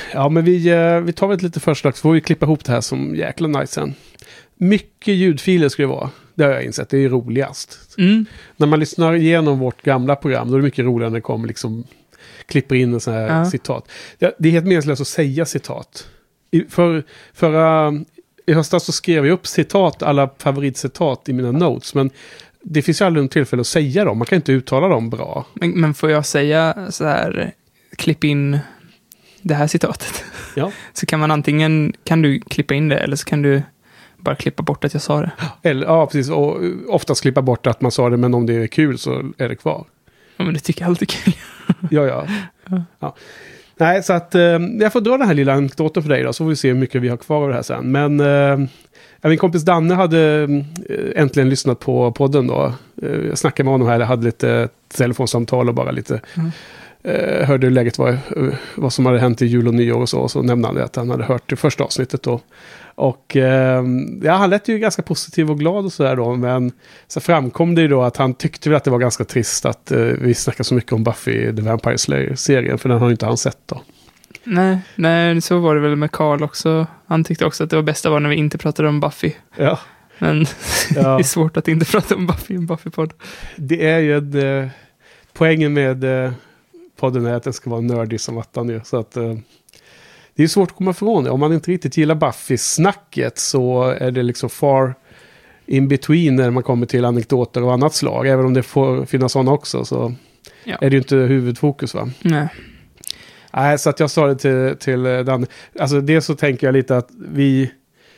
Ja, men vi tar väl ett lite förslag så får vi klippa ihop det här som jäkla nice sen. Mycket ljudfiler ska det vara. Det har jag insett, det är roligast. När man lyssnar igenom vårt gamla program, då är det mycket roligare när det kommer liksom klipper in en sån här citat. Det är helt meningslöst att säga citat. I höstas så skrev jag upp citat, alla favoritcitat i mina notes, men det finns ju aldrig någon tillfälle att säga dem. Man kan inte uttala dem bra. Men får jag säga så här, klipp in det här citatet? Ja. Så kan man antingen, kan du klippa in det, eller så kan du bara klippa bort att jag sa det. Eller, ja, precis. Och oftast klippa bort att man sa det, men om det är kul så är det kvar. Ja, men det tycker jag alltid är kul. Ja. Nej, så att jag får dra den här lilla anekdoten för dig då, så får vi se hur mycket vi har kvar av det här sen. Men min kompis Danne hade äntligen lyssnat på podden då. Jag snackade med honom här, jag hade lite telefonsamtal och bara lite hörde hur läget var, vad som hade hänt i jul och nyår och så nämnde han att han hade hört det första avsnittet då. Och han lät ju ganska positiv och glad och sådär då, men så framkom det ju då att han tyckte väl att det var ganska trist att vi snackar så mycket om Buffy the Vampire Slayer-serien, för den har ju inte han sett då. Nej, så var det väl med Carl också. Han tyckte också att det var bästa var när vi inte pratade om Buffy. Ja. Men det är svårt att inte prata om Buffy i en Buffy-podd. Det är ju poängen med podden är att den ska vara nördig som attan ju, så att det är svårt att komma ifrån det. Om man inte riktigt gillar Buffy-snacket så är det liksom far in between när man kommer till anekdoter och annat slag. Även om det får finnas sådana också, så är det ju inte huvudfokus, va? Nej, så att jag sa det till Dan. Alltså det så tänker jag lite att vi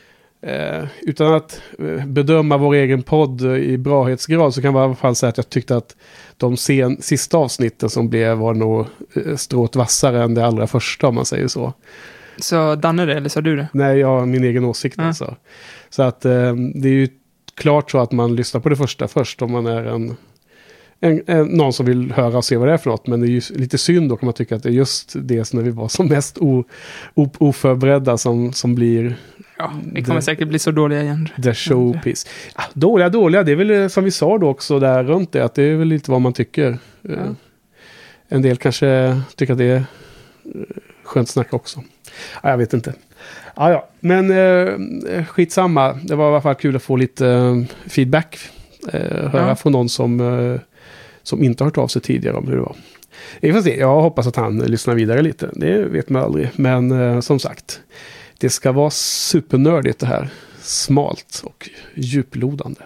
utan att bedöma vår egen podd i braghetsgrad, så kan jag i alla fall säga att jag tyckte att de sista avsnitten som var nog stråt vassare än det allra första, om man säger så. Så Danne det, eller sa du det? Nej, jag har min egen åsikt alltså. Så att det är ju klart så att man lyssnar på det första först om man är någon som vill höra och se vad det är för något, men det är ju lite synd då kan man tycka att det är just det när vi var som mest oförberedda som blir. Ja, det kommer säkert bli så dåliga igen. The showpiece. Ja, dåliga, det är väl som vi sa då också där runt det, att det är väl lite vad man tycker. En del kanske tycker att det är skönt snack också. Ja, jag vet inte. Ja, men skitsamma. Det var i alla fall kul att få lite feedback. Höra från någon som inte har hört av sig tidigare om hur det var. Vi får se. Jag hoppas att han lyssnar vidare lite. Det vet man aldrig. Men som sagt, det ska vara supernördigt det här. Smalt och djuplodande.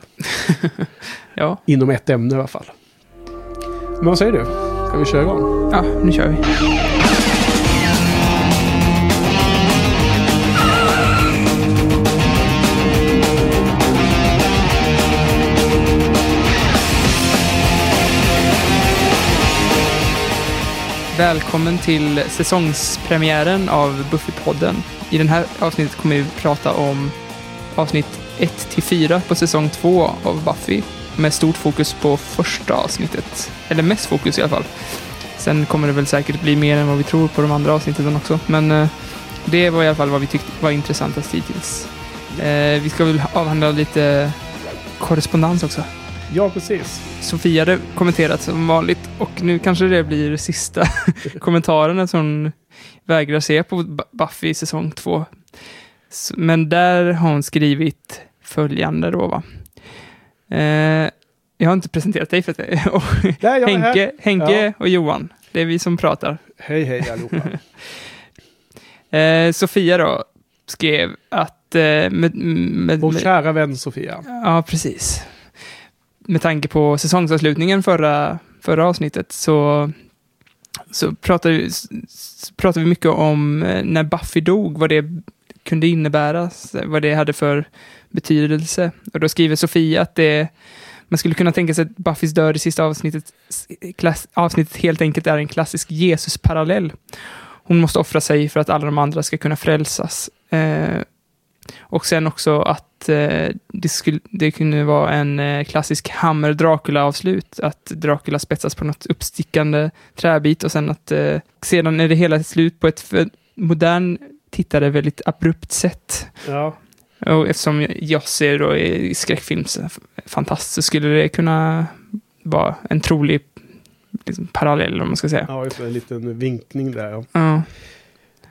Inom ett ämne i alla fall. Men vad säger du? Ska vi köra igång? Ja, nu kör vi. Välkommen till säsongspremiären av Buffy-podden. I den här avsnittet kommer vi prata om avsnitt 1-4 på säsong 2 av Buffy. Med stort fokus på första avsnittet. Eller mest fokus i alla fall. Sen kommer det väl säkert bli mer än vad vi tror på de andra avsnitten också. Men det var i alla fall vad vi tyckte var intressantast hittills. Vi ska väl avhandla lite korrespondens också. Ja, precis. Sofia hade kommenterat som vanligt, och nu kanske det blir sista kommentaren som hon vägrar se på Buffy säsong 2. Men där har hon skrivit följande då, va? Jag har inte presenterat dig för att Henke och Johan. Det är vi som pratar. Hej allihopa. Sofia då skrev att vår kära vän Sofia. Ja, precis. Med tanke på säsongsavslutningen förra avsnittet så pratade vi mycket om när Buffy dog, vad det kunde innebära, vad det hade för betydelse. Och då skriver Sofia att man skulle kunna tänka sig att Buffys död i sista avsnittet helt enkelt är en klassisk Jesus-parallell. Hon måste offra sig för att alla de andra ska kunna frälsas. Och sen också att det kunde vara en klassisk Hammer-Dracula-avslut. Att Dracula spetsas på något uppstickande träbit, och sen att sedan är det hela slut på ett för modern tittare väldigt abrupt sätt. Ja. Och eftersom jag ser då i skräckfilm fantastiskt, så skulle det kunna vara en trolig liksom, parallell, om man ska säga. Ja, just en liten vinkning där. Ja.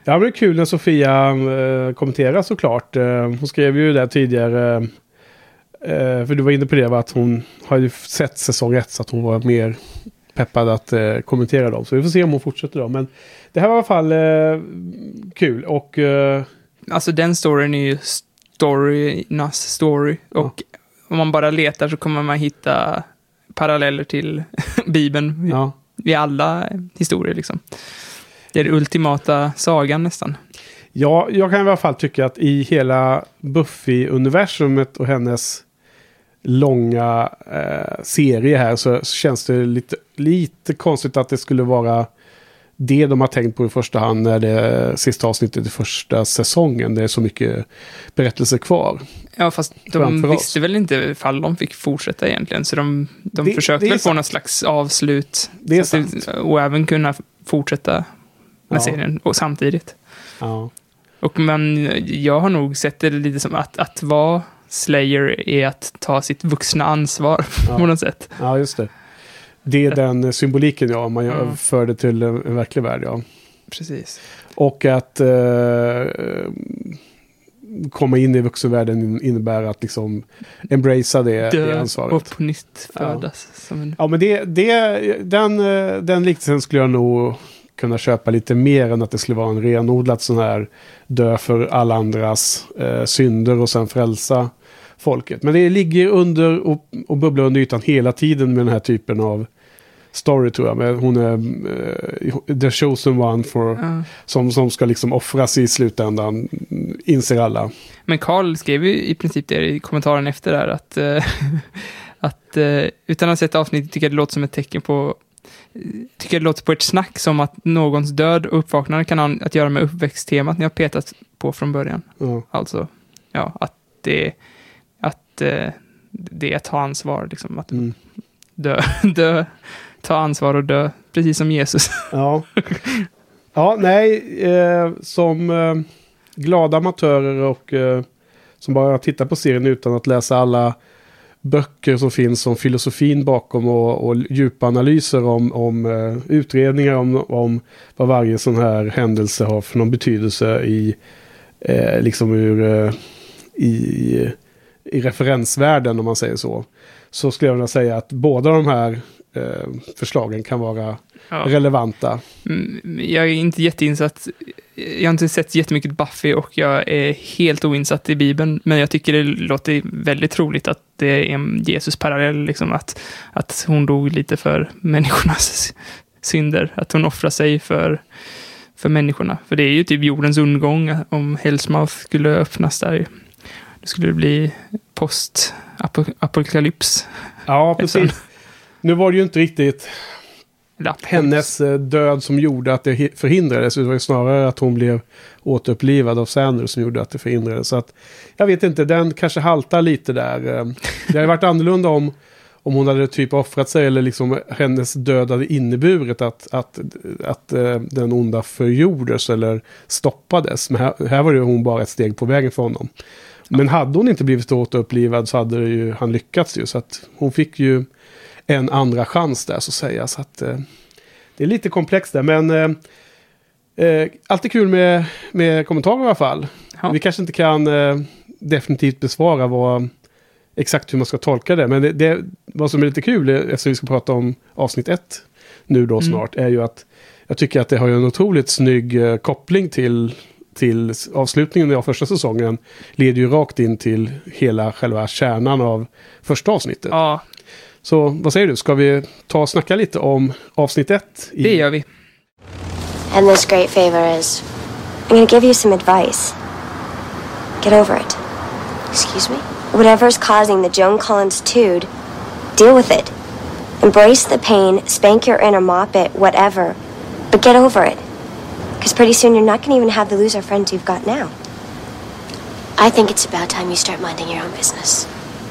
Ja, men det är kul när Sofia kommenterar såklart. Hon skrev ju där tidigare, för du var inne på det, att hon har ju sett säsong 1 så att hon var mer peppad att kommentera dem. Så vi får se om hon fortsätter då. Men det här var i alla fall kul. Och, alltså den storyn är ju storynas story. Och om man bara letar så kommer man hitta paralleller till Bibeln vid alla historier liksom. Det är det ultimata sagan nästan. Ja, jag kan i alla fall tycka att i hela Buffy-universumet och hennes långa serie här så känns det lite konstigt att det skulle vara det de har tänkt på i första hand när det är sista avsnittet i första säsongen. Det är så mycket berättelser kvar. Ja, fast de visste väl inte ifall de fick fortsätta egentligen. Så de försökte väl få något slags avslut. Det är sant. Och även kunna fortsätta med serien och samtidigt. Ja. Men jag har nog sett det lite som att vara Slayer är att ta sitt vuxna ansvar på något sätt. Ja, just det. Det är den symboliken, om man för det till en verklig värld, Precis. Och att komma in i vuxenvärlden innebär att liksom embracea det ansvaret. Och på nytt födas. Ja, men den liknelsen skulle jag nog kunna köpa lite mer än att det skulle vara en renodlad sån här dö för alla andras synder och sen frälsa folket. Men det ligger under och bubblar under ytan hela tiden med den här typen av story, tror jag. Men hon är the chosen one som ska liksom offras i slutändan, inser alla. Men Carl skrev ju i princip det i kommentaren efter där att utan att ha sett avsnittet tycker jag det låter som ett tecken på tycker det låter på ett snack som att någons död och uppvaknande kan ha att göra med uppväxttemat ni har petat på från början. Alltså, att det är att ta ansvar liksom, att dö, ta ansvar och dö, precis som Jesus. Som glada amatörer och som bara tittar på serien utan att läsa alla böcker som finns om filosofin bakom och djupa analyser om utredningar om vad varje sån här händelse har för någon betydelse i referensvärden, om man säger så skulle jag vilja säga att båda de här förslagen kan vara relevanta. Jag är inte jätteinsatt. Jag har inte sett jättemycket Buffy och jag är helt oinsatt i Bibeln, men jag tycker det låter väldigt troligt att det är en Jesus-parallell, liksom, att hon dog lite för människornas synder, att hon offrar sig för människorna. För det är ju typ jordens undergång om Hellsmouth skulle öppnas där. Det skulle bli post-apokalyps. Ja, precis. Nu var det ju inte riktigt hennes död som gjorde att det förhindrades. Det var ju snarare att hon blev återupplivad av Sanders som gjorde att det förhindrades. Så att, jag vet inte, den kanske haltar lite där. Det hade varit annorlunda om hon hade typ offrat sig, eller liksom hennes död hade inneburit att den onda förgjordes eller stoppades. Men här var det hon bara ett steg på vägen för honom. Men hade hon inte blivit återupplivad så hade han lyckats ju. Så att hon fick ju en andra chans där, så att säga. Så att det är lite komplext där. Men alltid kul med kommentarer i alla fall. Ja. Vi kanske inte kan definitivt besvara exakt hur man ska tolka det. Men vad som är lite kul, eftersom vi ska prata om avsnitt 1 nu då snart, är ju att jag tycker att det har ju en otroligt snygg koppling till avslutningen av första säsongen. Leder ju rakt in till hela själva kärnan av första avsnittet. Ja. Så vad säger du? Ska vi ta och snacka lite om avsnitt 1? Det gör vi. And this great favor is I'm going to give you some advice. Get over it. Excuse me? Whatever's causing the Joan Collins tude, deal with it. Embrace the pain, spank your inner, mop it, whatever. But get over it. Because pretty soon you're not going to even have the loser friends you've got now. I think it's about time you start minding your own business.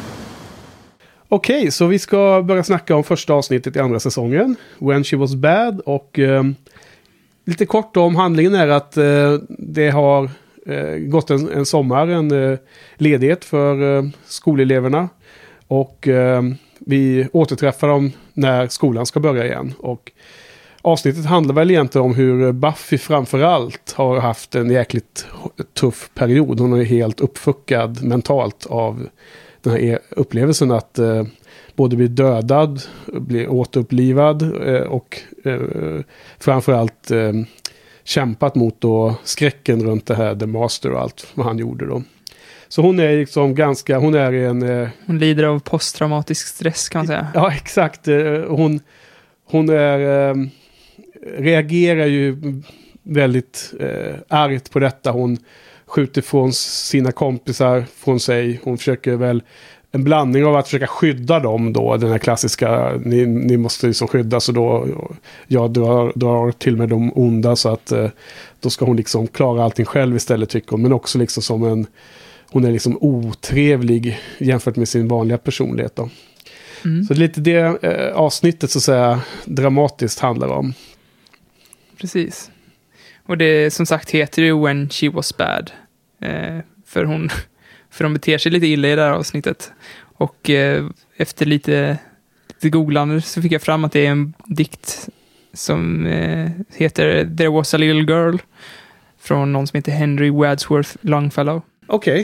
Okej, så vi ska börja snacka om första avsnittet i andra säsongen. When She Was Bad. Och lite kort om handlingen är att det har gått en sommar, en ledighet för skoleleverna. Och vi återträffar dem när skolan ska börja igen. Och avsnittet handlar väl egentligen om hur Buffy framförallt har haft en jäkligt tuff period. Hon är helt uppfuckad mentalt av den här upplevelsen att både bli dödad, bli återupplivad och framförallt kämpat mot då skräcken runt det här The Master och allt vad han gjorde då. Så hon är liksom hon lider av posttraumatisk stress kan man säga. Ja, exakt. Hon reagerar ju väldigt argt på detta. Hon skjuter från sina kompisar från sig. Hon försöker väl en blandning av att försöka skydda dem då. Den här klassiska, ni måste liksom skydda, så då jag drar till med de onda, så att då ska hon liksom klara allting själv istället, tycker hon. Men också liksom som hon är liksom otrevlig jämfört med sin vanliga personlighet då. Så lite det avsnittet så att säga dramatiskt handlar om. Precis. Och det som sagt heter ju When She Was Bad. För de beter sig lite illa i det här avsnittet. Och efter lite googlande så fick jag fram att det är en dikt som heter There Was a Little Girl från någon som heter Henry Wadsworth Longfellow. Okej.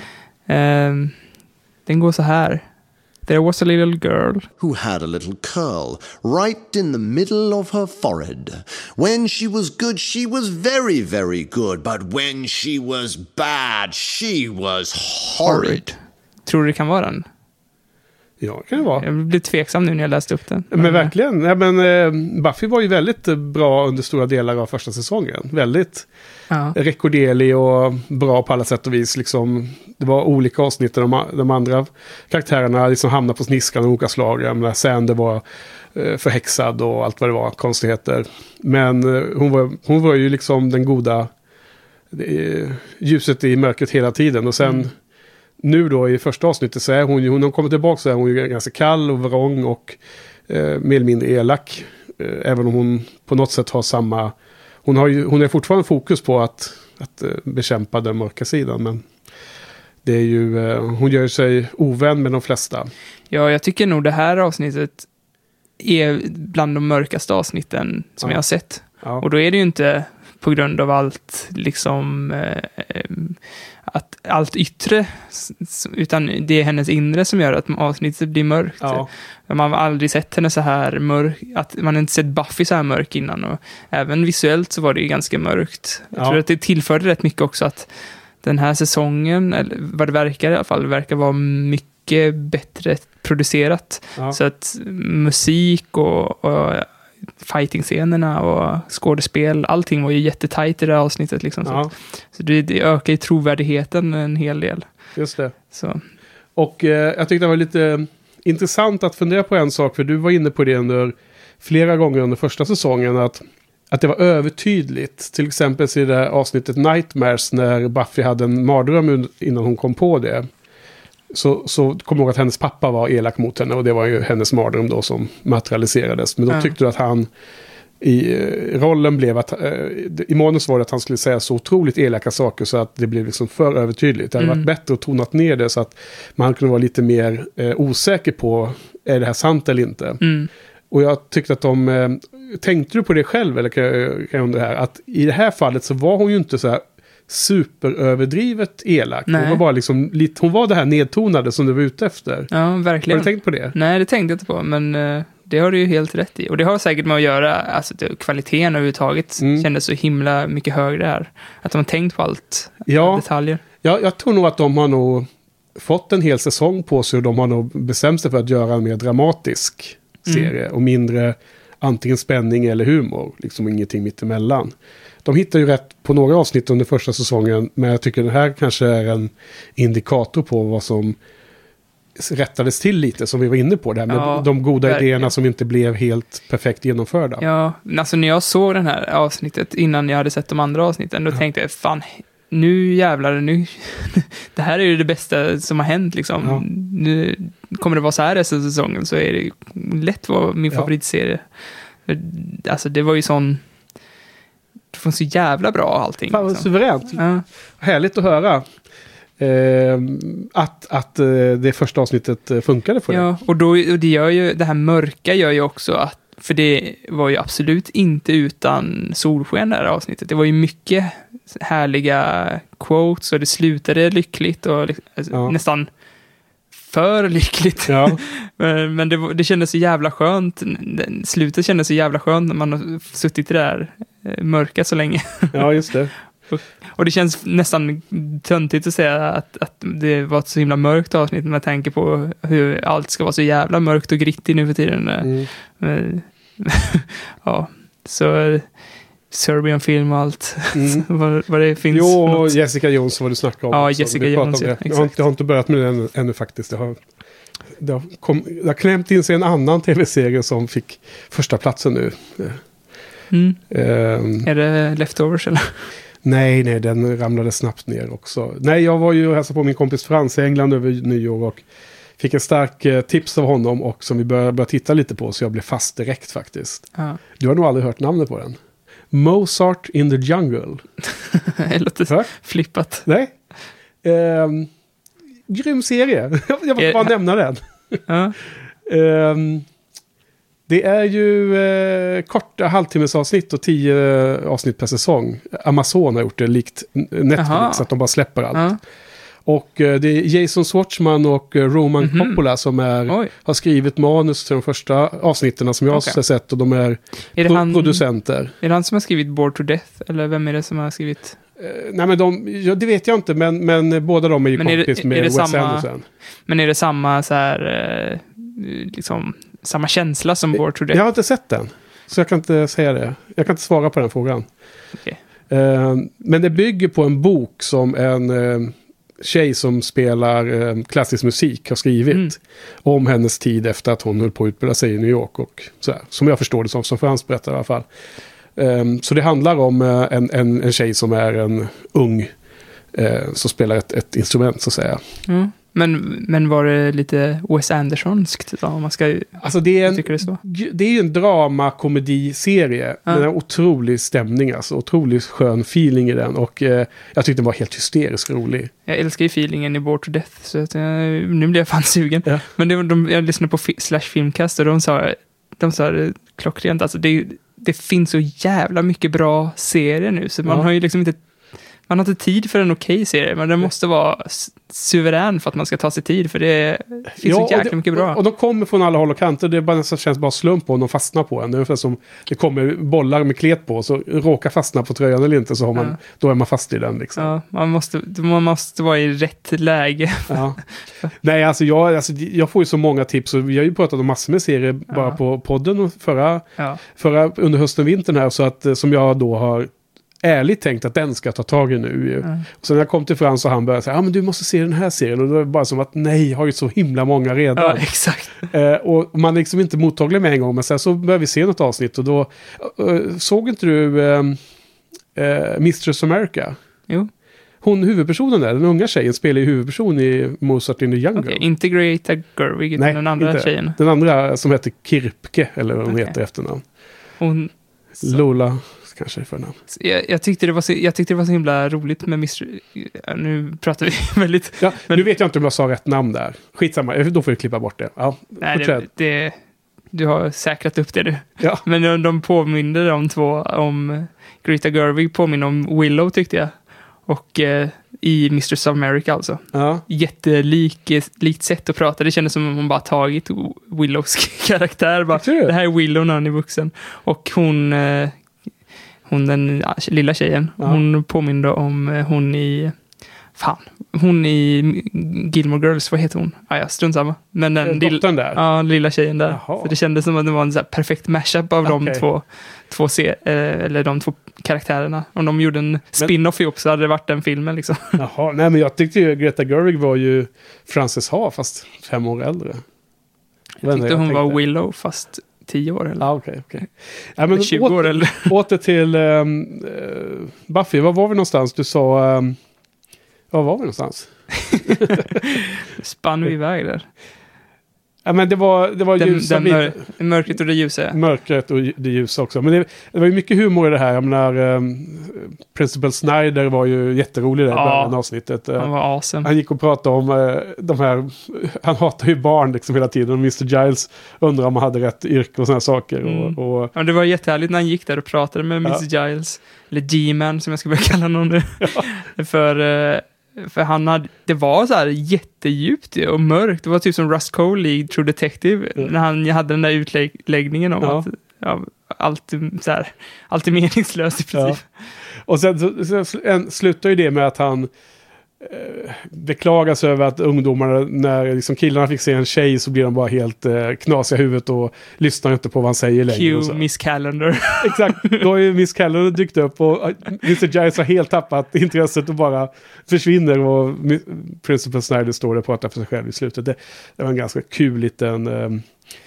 Den går så här. There was a little girl who had a little curl right in the middle of her forehead. When she was good, she was very, very good. But when she was bad, she was horrid. Tror du det kan vara den? Ja, kan det vara. Jag blev tveksam nu när jag läste upp den. Men verkligen. Ja, men Buffy var ju väldigt bra under stora delar av första säsongen. Väldigt rekorderlig och bra på alla sätt och vis. Liksom, det var olika avsnitt där de andra karaktärerna liksom hamnade på sniskan av olika slag. Sander var förhäxad och allt vad det var, konstigheter. Men hon var ju liksom den goda ljuset i mörkret hela tiden. Och sen nu då i första avsnittet så är hon har kommit tillbaka, så är hon ju ganska kall och vrång och mer eller mindre elak. Även om hon på något sätt har samma... Hon är fortfarande fokus på att bekämpa den mörka sidan, men det är ju, hon gör sig ovän med de flesta. Ja, jag tycker nog det här avsnittet är bland de mörkaste avsnitten som jag har sett. Ja. Och då är det ju inte på grund av allt liksom att allt yttre, utan det är hennes inre som gör att avsnittet blir mörkt. Ja. Man har aldrig sett henne så här mörk, att man inte sett Buffy så här mörk innan, och även visuellt så var det ju ganska mörkt. Jag tror att det tillförde rätt mycket också att den här säsongen, eller vad det verkar i alla fall, verkar vara mycket bättre producerat. Ja. Så att musik och fighting-scenerna och skådespel, allting var ju jättetajt i det här avsnittet liksom. Så det ökar ju trovärdigheten en hel del. Just det. Så. Och jag tyckte det var lite intressant att fundera på en sak, för du var inne på det under flera gånger under första säsongen, att det var övertydligt. Till exempel i det här avsnittet Nightmares, när Buffy hade en mardröm innan hon kom på det. Så kom jag ihåg att hennes pappa var elak mot henne, och det var ju hennes mardröm då som materialiserades. Men då tyckte du att han i rollen blev att i manus var det att han skulle säga så otroligt elaka saker så att det blev liksom för övertydligt. Det hade varit bättre att tonat ner det så att man kunde vara lite mer osäker på, är det här sant eller inte. Och jag tyckte att tänkte du på det själv, eller kan jag undra här, att i det här fallet så var hon ju inte så här superöverdrivet elak. Nej. Hon var bara liksom hon var det här nedtonade som du var ute efter. Ja, verkligen. Har du tänkt på det? Nej, det tänkte jag inte på, men det har du ju helt rätt i. Och det har säkert med att göra, alltså kvaliteten överhuvudtaget kändes så himla mycket högre här. Att de har tänkt på allt, detaljer. Ja, jag tror nog att de har nog fått en hel säsong på sig, och de har nog bestämt sig för att göra en mer dramatisk serie och mindre antingen spänning eller humor. Liksom ingenting mittemellan. De hittar ju rätt på några avsnitt under första säsongen, men jag tycker den här kanske är en indikator på vad som rättades till lite, som vi var inne på det här med de goda idéerna som inte blev helt perfekt genomförda. Ja, alltså när jag såg den här avsnittet innan jag hade sett de andra avsnitten, då tänkte jag, fan, nu jävlar, nu det här är ju det bästa som har hänt liksom. Ja. Nu kommer det vara så här resten av säsongen, så är det lätt vara min favoritserie. Alltså det var ju sån, det var så jävla bra allting. Fan, liksom. Suveränt. Ja. Härligt att höra att det första avsnittet funkade för det. Ja, och det gör ju, det här mörka gör ju också att För det var ju absolut inte utan solsken det här avsnittet. Det var ju mycket härliga quotes och det slutade lyckligt och nästan för lyckligt. Ja. Men det kändes så jävla skönt. Slutet kändes så jävla skönt när man har suttit i det där mörka så länge. Ja, just det. Och det känns nästan töntigt att säga att det var ett så himla mörkt avsnitt med tanke på hur allt ska vara så jävla mörkt och grittigt nu för tiden. Ja, så Serbian film och allt. vad det finns. Jo, något. Jessica Jones vad du snackade om. Ja, också. Jessica Jones, ja, jag har inte börjat med den ännu faktiskt. Det har klämt in sig en annan tv-serie som fick första platsen nu. Är det Leftovers eller? Nej, den ramlade snabbt ner också. Nej, jag var ju och hälsade på min kompis Frans i England över nyår och fick en stark tips av honom och som vi började titta lite på så jag blev fast direkt faktiskt. Ja. Du har nog aldrig hört namnet på den. Mozart in the Jungle. Det låter flippat. Nej. Grym serie. Jag vill bara nämna den. Ja. Det är ju korta halvtimmesavsnitt och 10 avsnitt per säsong. Amazon har gjort det likt Netflix, så att de bara släpper allt. Ja. Och det är Jason Schwartzman och Roman Coppola som har skrivit manus till de första avsnitten som jag har sett och de är producenter. Är det han som har skrivit Bored to Death? Eller vem är det som har skrivit? Nej, men det vet jag inte, men båda de är ju kompis med Wes Anderson. Men är det samma så här liksom samma känsla som Bored to Death? Jag har inte sett den, så jag kan inte säga det. Jag kan inte svara på den frågan. Okay. Men det bygger på en bok som en tjej som spelar klassisk musik har skrivit om hennes tid efter att hon höll på att utbilda sig i New York och så här, som jag förstår det som Frans berättar i alla fall. Så det handlar om en tjej som är en ung som spelar ett instrument så att säga. Mm. Men var det lite Wes Andersonskt då, om man ska alltså det är tycker det så? Det är ju en drama-komediserie med en otrolig stämning, alltså otroligt skön feeling i den och jag tyckte den var helt hysterisk rolig. Jag älskar ju feelingen i Bored to Death så att, nu blir jag fan sugen. Ja. Men jag lyssnade på Slash Filmcast och de sa klockrent, alltså det finns så jävla mycket bra serier nu så man har ju liksom inte man har inte tid för en okej serie, men den måste vara suverän för att man ska ta sig tid, för det finns så jäkla mycket bra. Och de kommer från alla håll och kanter, det bara nästan känns bara slump på om de fastnar på en. Det är ungefär som det kommer bollar med klet på, så råkar fastna på tröjan eller inte, så har man, då är man fast i den. Liksom. Ja, man måste vara i rätt läge. Ja. Nej, alltså jag får ju så många tips, och vi har ju pratat om massor med serier bara på podden förra under hösten och vintern här, så att som jag då har ärligt tänkt att den ska ta tag i nu. Och sen när jag kom till Frans och han började säga men du måste se den här serien. Och då var det bara som att nej, jag har ju så himla många redan. Ja, exakt. Och man är liksom inte mottaglig med en gång. Men sen så började vi se något avsnitt och då såg inte du Mistress America? Jo. Hon, huvudpersonen där, den unga tjejen, spelar ju huvudperson i Mozart in the Jungle. Okej, inte Greta Gerwig, utan den andra inte tjejen. Den andra som heter Kirpke, eller vad hon heter efternamn. Lola kanske för namn. Jag tyckte det var så himla roligt med nu pratar vi väldigt... Ja, men nu vet jag inte om jag sa rätt namn där. Skitsamma, då får vi klippa bort det. Ja, nej, du har säkrat upp det nu. Ja. Men de påminner om Greta Gerwig påminner om Willow tyckte jag. Och i Mistress of America alltså. Ja. Jättelikt sätt att prata. Det kändes som om hon bara tagit Willows karaktär. Bara, det här är Willow när han är vuxen. Och hon den lilla tjejen, hon påminner om hon i Gilmore Girls, vad heter hon? Ja, strunt samma. Men den lilla tjejen där. Jaha. Så det kändes som att det var en så här perfekt mashup av de de två karaktärerna. Om de gjorde en spin-off ihop så hade det varit den filmen liksom. Jaha, nej men jag tyckte ju Greta Gerwig var ju Frances Ha fast 5 år äldre. Jag tyckte hon var Willow fast 10 år eller? Ja, okej. Ja, men 20 år eller? Åter till Buffy. Var var vi någonstans? Du sa... var var vi någonstans? Spann vi iväg där. Ja, men det var ljusa bitar. Mörkret och det ljusa. Mörkret och det ljusa också. Men det var ju mycket humor i det här. Jag menar, Principal Snyder var ju jätterolig i början av avsnittet. Han var awesome. Han gick och pratade om de här... Han hatar ju barn liksom hela tiden. Och Mr. Giles undrar om han hade rätt yrke och sådana saker. Och ja, det var jättehärligt när han gick där och pratade med Mr. Giles. Eller G-Man som jag ska börja kalla honom nu. För det var så här jättedjupt och mörkt. Det var typ som Rust Cole i True Detective. När han hade den där utläggningen om att allt är meningslöst i princip. Ja. Och sen slutar ju det med att han beklagar sig över att ungdomarna, när liksom killarna fick se en tjej så blir de bara helt knasiga i huvudet och lyssnar inte på vad han säger längre. Cue Miss Calendar. Exakt, då har ju Miss Calendar dykt upp och Mr. Giles har helt tappat intresset och bara försvinner och Principal Snyder står där och pratar för sig själv i slutet. Det var en ganska kul en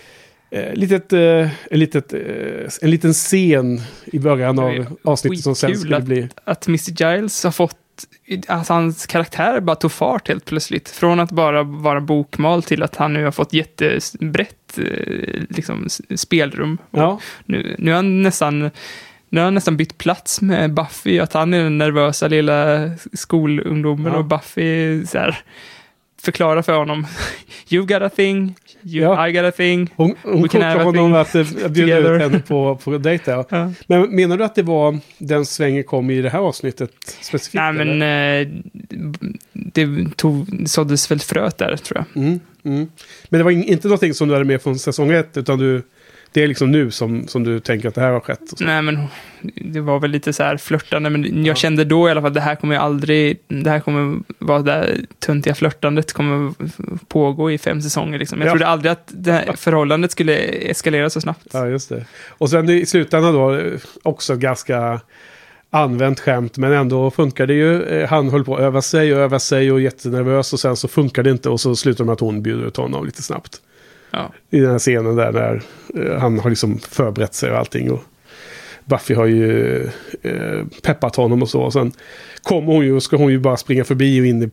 liten scen i början av avsnittet som sen skulle bli... Att Mr. Giles har fått att hans karaktär bara tog fart helt plötsligt. Från att bara vara bokmal till att han nu har fått jättebrett liksom, spelrum. Ja. Nu har han nästan bytt plats med Buffy. Att han är den nervösa lilla skolungdomen och Buffy så här, förklarar för honom you got a thing, I got a thing. Hon kokade honom att bjuda ut henne på dejt. Ja. Men menar du att det var den svängen kom i det här avsnittet specifikt? Nej, men det såddes väl fröet där, tror jag. Men det var inte någonting som du hade med från säsong 1, utan det är liksom nu som du tänker att det här har skett? Nej, men det var väl lite så här flörtande, men jag kände då i alla fall att det här kommer vara det där töntiga flörtandet kommer pågå i 5 säsonger liksom. Jag trodde aldrig att det här förhållandet skulle eskalera så snabbt. Ja, just det. Och sen i slutändan då också ganska använt skämt, men ändå funkar det ju. Han höll på att öva sig och jättenervös, och sen så funkar det inte, och så slutar med att hon bjuder ut honom lite snabbt. Ja. I den här scenen där när han har liksom förberett sig och allting, och Buffy har ju peppat honom och så, och sen kommer hon ju och ska hon ju bara springa förbi och in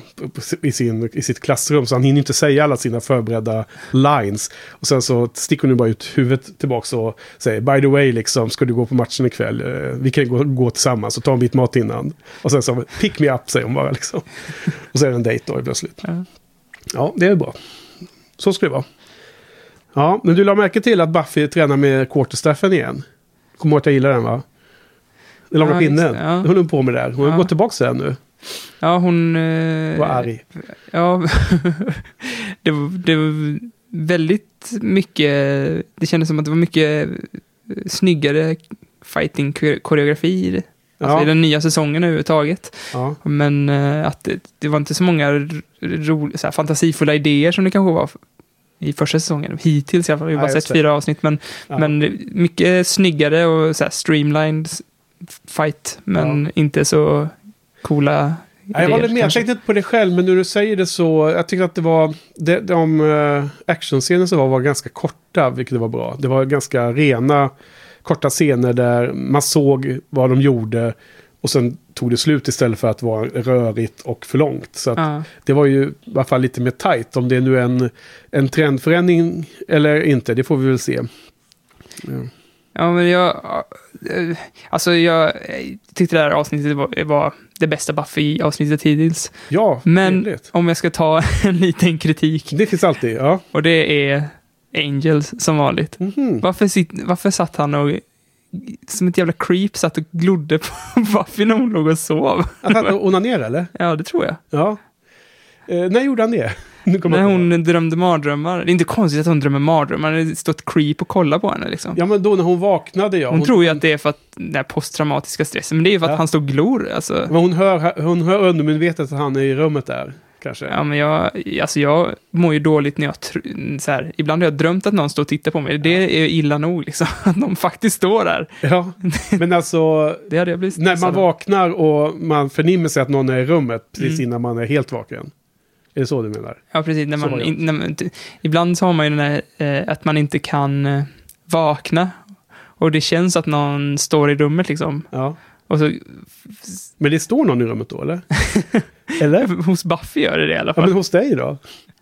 i sitt klassrum, så han hinner inte säga alla sina förberedda lines, och sen så sticker hon ju bara ut huvudet tillbaks och säger by the way liksom, ska du gå på matchen ikväll? Vi kan gå tillsammans och ta en bit mat innan, och sen så pick me up, säger hon bara liksom. Och så är det en dejt då plötsligt. Ja, det är bra. Så ska det vara. Ja, men du la märke till att Buffy tränar med quarterstaffen igen. Kommer ihåg att jag gillar den, va? Den långa pinnen. Ja. Hon är på med där. Hon har gått tillbaka sen nu. Ja, hon... var arg. Ja, det var väldigt mycket... Det kändes som att det var mycket snyggare fighting-koreografi i det. Alltså i den nya säsongen överhuvudtaget. Ja. Men att det var inte så många så här fantasifulla idéer som det kanske var i första säsongen. Hittills i alla fall. Vi har bara sett 4 avsnitt. Men mycket snyggare och så här streamlined fight. Men inte så coola idéer. Jag håller med. Jag tänkte inte på det själv. Men när du säger det så... Jag tycker att det var... De actionscener som var ganska korta. Vilket var bra. Det var ganska rena... korta scener där man såg vad de gjorde, och sen tog det slut istället för att vara rörigt och för långt. Så att det var ju i alla fall lite mer tight. Om det är nu en trendförändring eller inte, det får vi väl se. Ja, men jag tyckte det här avsnittet var det bästa Buffy-avsnittet hittills. Ja, men rimligt. Om jag ska ta en liten kritik. Det finns alltid, ja. Och det är Angels som vanligt. Varför satt han och som ett jävla creep satt och glodde på Buffy när hon låg och sov? Att han onanerade, eller? Ja, det tror jag. Ja. När gjorde han det? När hon drömde mardrömmar. Det är inte konstigt att hon drömmer mardrömmar. Det har stått creep och kolla på henne liksom. Ja, men då när hon vaknade, ja. Hon tror ju att det är för att den här posttraumatiska stressen. Men det är ju för att han står och glor. Alltså. Men hon hör undermedvetet att han är i rummet där. Kanske. Ja, men jag mår ju dåligt när jag så här, ibland har jag drömt att någon står och tittar på mig. Det är illa nog liksom, att någon faktiskt står där. Ja, men alltså det hade jag blivit när man vaknar och man förnimmer sig att någon är i rummet precis innan man är helt vaken. Är det så du menar? Ja, precis. Ibland så har man ju den här, att man inte kan vakna och det känns att någon står i rummet liksom. Ja. Och så, men det står någon i rummet då, eller? Eller? Hos Buffy gör det i alla fall. Ja, men hos dig då?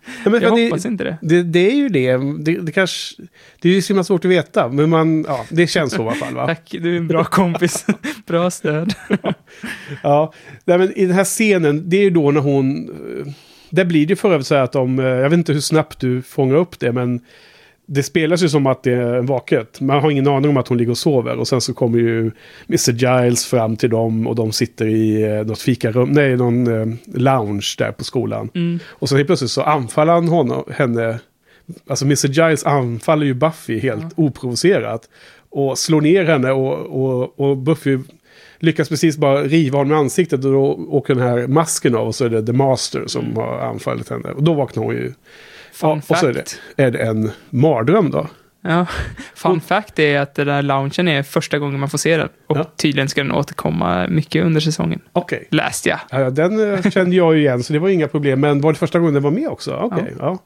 Ja, men Jag för hoppas inte det. Det är ju det. Det kanske... Det är ju så himla svårt att veta. Men det känns så i alla fall, va? Tack, du är en bra kompis. Bra stöd. Ja, nej, men i den här scenen, det är ju då när hon... Där blir det för övrigt så här att jag vet inte hur snabbt du fångar upp det, men det spelas ju som att det är en vaket. Man har ingen aning om att hon ligger och sover. Och sen så kommer ju Mr. Giles fram till dem och de sitter i något fikarum, någon lounge där på skolan. Och så helt plötsligt så anfaller han henne. Alltså Mr. Giles anfaller ju Buffy helt oprovocerat och slår ner henne och Buffy lyckas precis bara riva honom i ansiktet och då åker den här masken av och så är det The Master som har anfallit henne. Och då vaknar hon ju. Och så är det en mardröm då. Ja, fun fact är att den där loungen är första gången man får se den. Och tydligen ska den återkomma mycket under säsongen. Okej. Läste jag. Ja, den kände jag ju igen så det var inga problem. Men var det första gången den var med också? Okej, ja.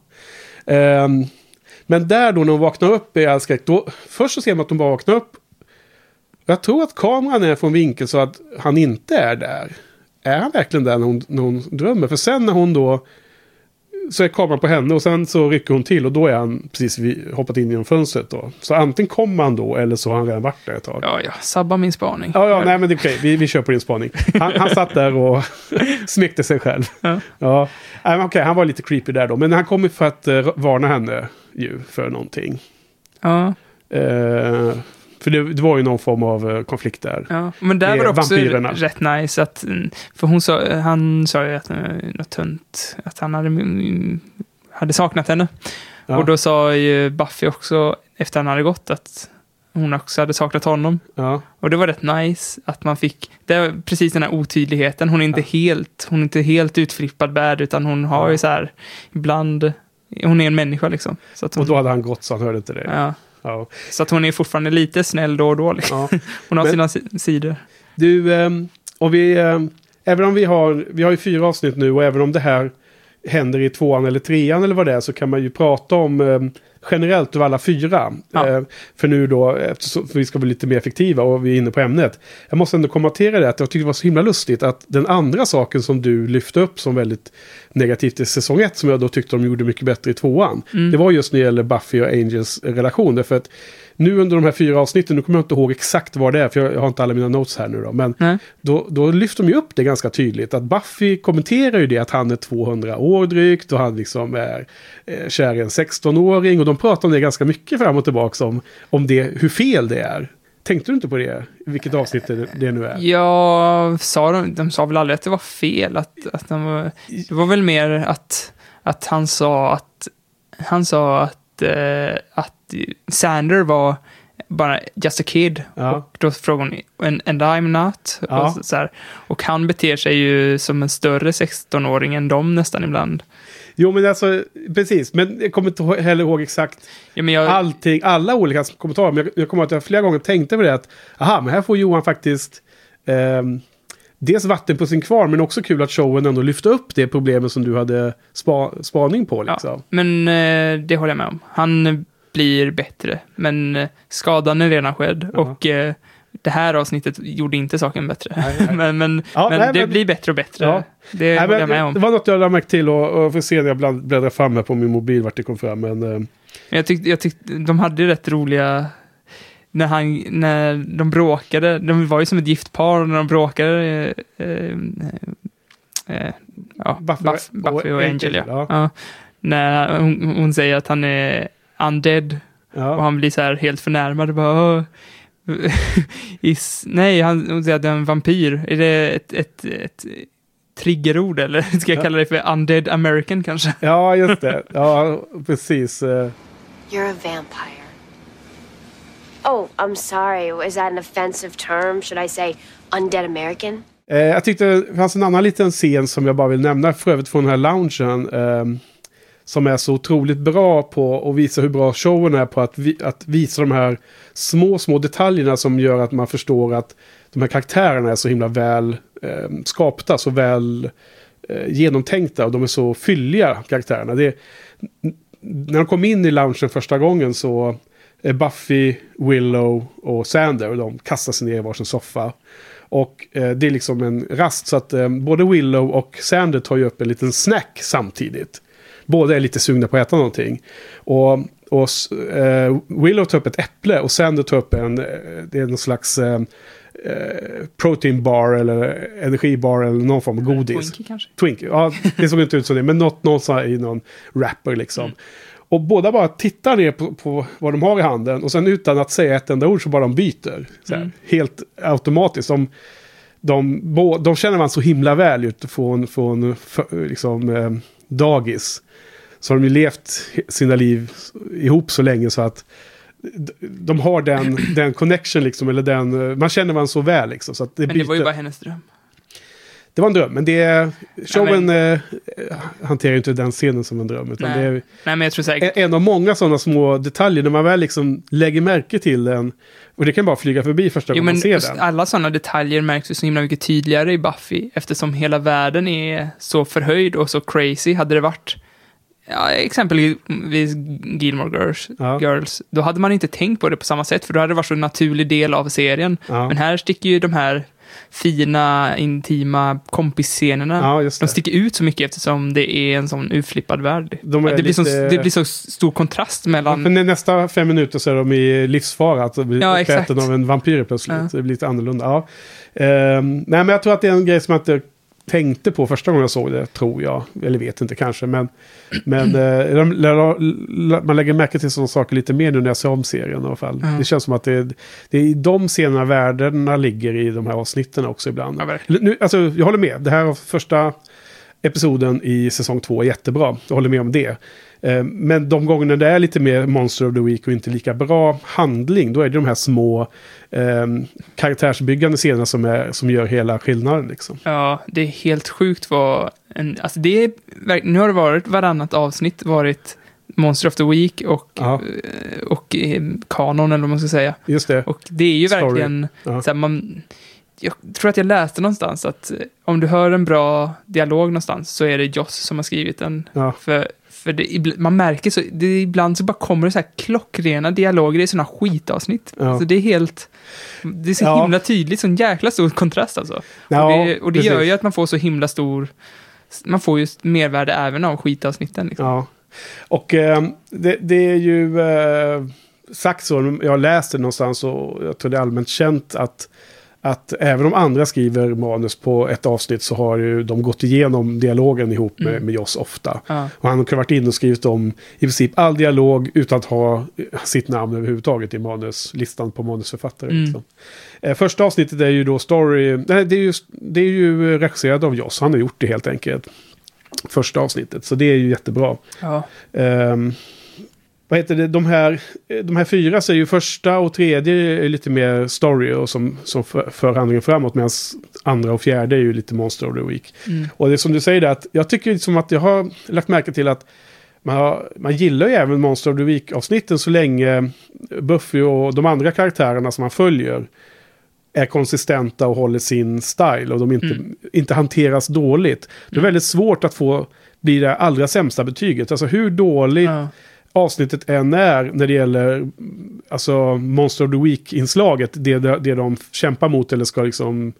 Men där då när hon vaknar upp i all skräck, då först så ser man att hon bara vaknar upp. Jag tror att kameran är från vinkel så att han inte är där. Är han verkligen där när hon drömmer? För sen när hon då så är kameran på henne och sen så rycker hon till och då är han precis hoppat in genom fönstret då. Så antingen kommer han då eller så har han redan varit där ett tag. Ja, sabba min spaning. Ja, nej men det är okej. Vi kör på din spaning. Han satt där och smekte sig själv. Ja. Okej, han var lite creepy där då. Men han kommer för att varna henne ju för någonting. Ja. För det var ju någon form av konflikt där. Ja, men där var det också vampyrerna. Rätt nice att, för han sa ju att något tunt, att han hade saknat henne. Ja. Och då sa ju Buffy också efter han hade gått att hon också hade saknat honom. Ja. Och det var rätt nice att man fick, det var precis den här otydligheten. Hon är inte helt utflippad bad utan hon har ju så här ibland, hon är en människa liksom. Så att hon, och då hade han gått så han hörde inte det. Ja. Ja. Så att hon är fortfarande lite snäll då och då. Liksom. Ja. Hon har sina sidor. Du, och även om vi har ju 4 avsnitt nu och även om det här händer i 2:an eller 3:an eller vad det är så kan man ju prata om generellt av alla 4. Ja. För nu då, eftersom vi ska bli lite mer effektiva och vi är inne på ämnet. Jag måste ändå kommentera det att jag tycker det var så himla lustigt att den andra saken som du lyfte upp som väldigt negativt i säsong 1 som jag då tyckte de gjorde mycket bättre i 2:an. Det var just när det gäller Buffy och Angels relation. Därför att nu under de här 4 avsnitten, nu kommer jag inte ihåg exakt vad det är för jag har inte alla mina notes här nu då. Men då lyfter de ju upp det ganska tydligt. Att Buffy kommenterar ju det att han är 200 år drygt och han liksom är kär i en 16-åring. Och de pratar om det ganska mycket fram och tillbaka om det, hur fel det är. Tänkte du inte på det? Vilket avsnitt det nu är? Ja, de sa väl aldrig att det var fel. Att det var väl mer att han sa att Sander var bara just a kid. Ja. Och då frågade hon, and I'm not. Ja. Och, så här, och han beter sig ju som en större 16-åring än dem nästan ibland. Jo, men alltså, precis. Men jag kommer inte heller ihåg exakt allting, alla olika kommentarer. Men jag kommer att jag flera gånger tänkte på det att, men här får Johan faktiskt dels vatten på sin kvar, men också kul att showen ändå lyfte upp det problemet som du hade spaning på. Liksom. Ja, men det håller jag med om. Han blir bättre, men skadan är redan skedd. Ja. Och det här avsnittet gjorde inte saken bättre. Nej. men det blir bättre och bättre. Ja. Det håller jag med om. Det var något jag lade märkt till och får se när jag bläddrar fram här på min mobil vart det kom fram. Men jag tyckte de hade rätt roliga när de bråkade. De var ju som ett gift par när de bråkade. Buffy och Angel. Ja. När hon säger att han är undead. Ja. Och han blir så här helt förnärmad. Bara, nej, hon säger att det är en vampyr. Är det ett triggerord eller ska jag kalla det för undead American kanske? Ja, just det. Ja, precis. You're a vampire. Oh, I'm sorry. Is that an offensive term? Should I say undead American? Jag tyckte det fanns en annan liten scen som jag bara vill nämna för övrigt från den här loungen. Som är så otroligt bra på att visa hur bra showen är på att visa de här små detaljerna som gör att man förstår att de här karaktärerna är så himla väl skapta, så väl genomtänkta och de är så fylliga karaktärerna. När de kom in i loungen första gången så är Buffy, Willow och Sander och de kastar sig ner i varsin soffa. Och det är liksom en rast så att både Willow och Sander tar ju upp en liten snack samtidigt. båda är lite sugna på att äta någonting. Och Willow tar upp ett äpple och Sander tar upp det är någon slags protein bar eller energibar eller någon form av godis. Twinkie kanske? Twinkie, ja, det såg inte ut som det, men någon så i någon wrapper liksom. Och båda bara tittar ner på vad de har i handen och sen utan att säga ett enda ord så bara de byter. Så här, helt automatiskt. De känner man så himla väl utifrån liksom, dagis. Så har de ju levt sina liv ihop så länge så att de har den connection liksom, eller man känner man så väl liksom. Så att men det var ju bara hennes dröm. Det var en dröm, men showen hanterar ju inte den scenen som en dröm. Utan det är nej, men jag tror säkert en av många sådana små detaljer när man väl liksom lägger märke till den. Och det kan bara flyga förbi första gången man ser den. Alla sådana detaljer märks ju så himla mycket tydligare i Buffy. Eftersom hela världen är så förhöjd och så crazy. Hade det varit exempelvis Gilmore Girls, då hade man inte tänkt på det på samma sätt. För då hade det varit så en naturlig del av serien. Ja. Men här sticker ju de här fina, intima kompisscenerna. De sticker ut så mycket eftersom det är en sån utflippad värld. Det blir så stor kontrast mellan... För nästa 5 minuter så är de i livsfara att bli uppäten av en vampyr plötsligt. Ja. Det blir lite annorlunda. Ja. Nej, men jag tror att det är en grej som jag inte tänkte på första gången jag såg det, tror jag. Eller vet inte kanske, men man lägger märke till sådana saker lite mer nu när jag ser om serien i alla fall. Det känns som att det är i de scenerna värdena ligger i de här avsnitten också ibland. Ja, alltså, jag håller med. Det här första episoden i säsong 2 är jättebra. Jag håller med om det. Men de gångerna det är lite mer Monster of the Week och inte lika bra handling, då är det de här små karaktärsbyggande scenerna som gör hela skillnaden liksom. Ja, det är helt sjukt alltså nu har det varit varannat avsnitt varit Monster of the Week och kanon eller vad man ska säga. Just det. Och det är ju verkligen så här, jag tror att jag läste någonstans att om du hör en bra dialog någonstans så är det Joss som har skrivit den. Ja. För man märker så, ibland så bara kommer det så här klockrena dialoger i sådana skitavsnitt. Ja. Alltså det är så himla tydligt, sån jäkla stor kontrast alltså. Ja, och det gör ju att man får så himla man får ju mervärde även av skitavsnitten liksom. Ja. Och det är ju sagt så, jag läste någonstans och jag tror det är allmänt känt att även om andra skriver manus på ett avsnitt så har ju de gått igenom dialogen ihop med Joss ofta. Ja. Och han har varit in och skrivit om i princip all dialog utan att ha sitt namn överhuvudtaget i listan på manusförfattare. Liksom. Första avsnittet är ju då det är ju regisserat av Joss. Han har gjort det helt enkelt. Första avsnittet. Så det är ju jättebra. Ja. Vad heter det? De här 4 så är ju första och tredje är lite mer story och som för handlingen framåt, medan andra och fjärde är ju lite Monster of the Week. Och det är som du säger att jag tycker liksom att jag har lagt märke till att man gillar ju även Monster of the Week-avsnitten så länge Buffy och de andra karaktärerna som man följer är konsistenta och håller sin style och de inte hanteras dåligt. Det är väldigt svårt att bli det allra sämsta betyget. Alltså hur dåligt avsnittet än är när det gäller alltså Monster of the Week-inslaget, det de kämpar mot eller ska liksom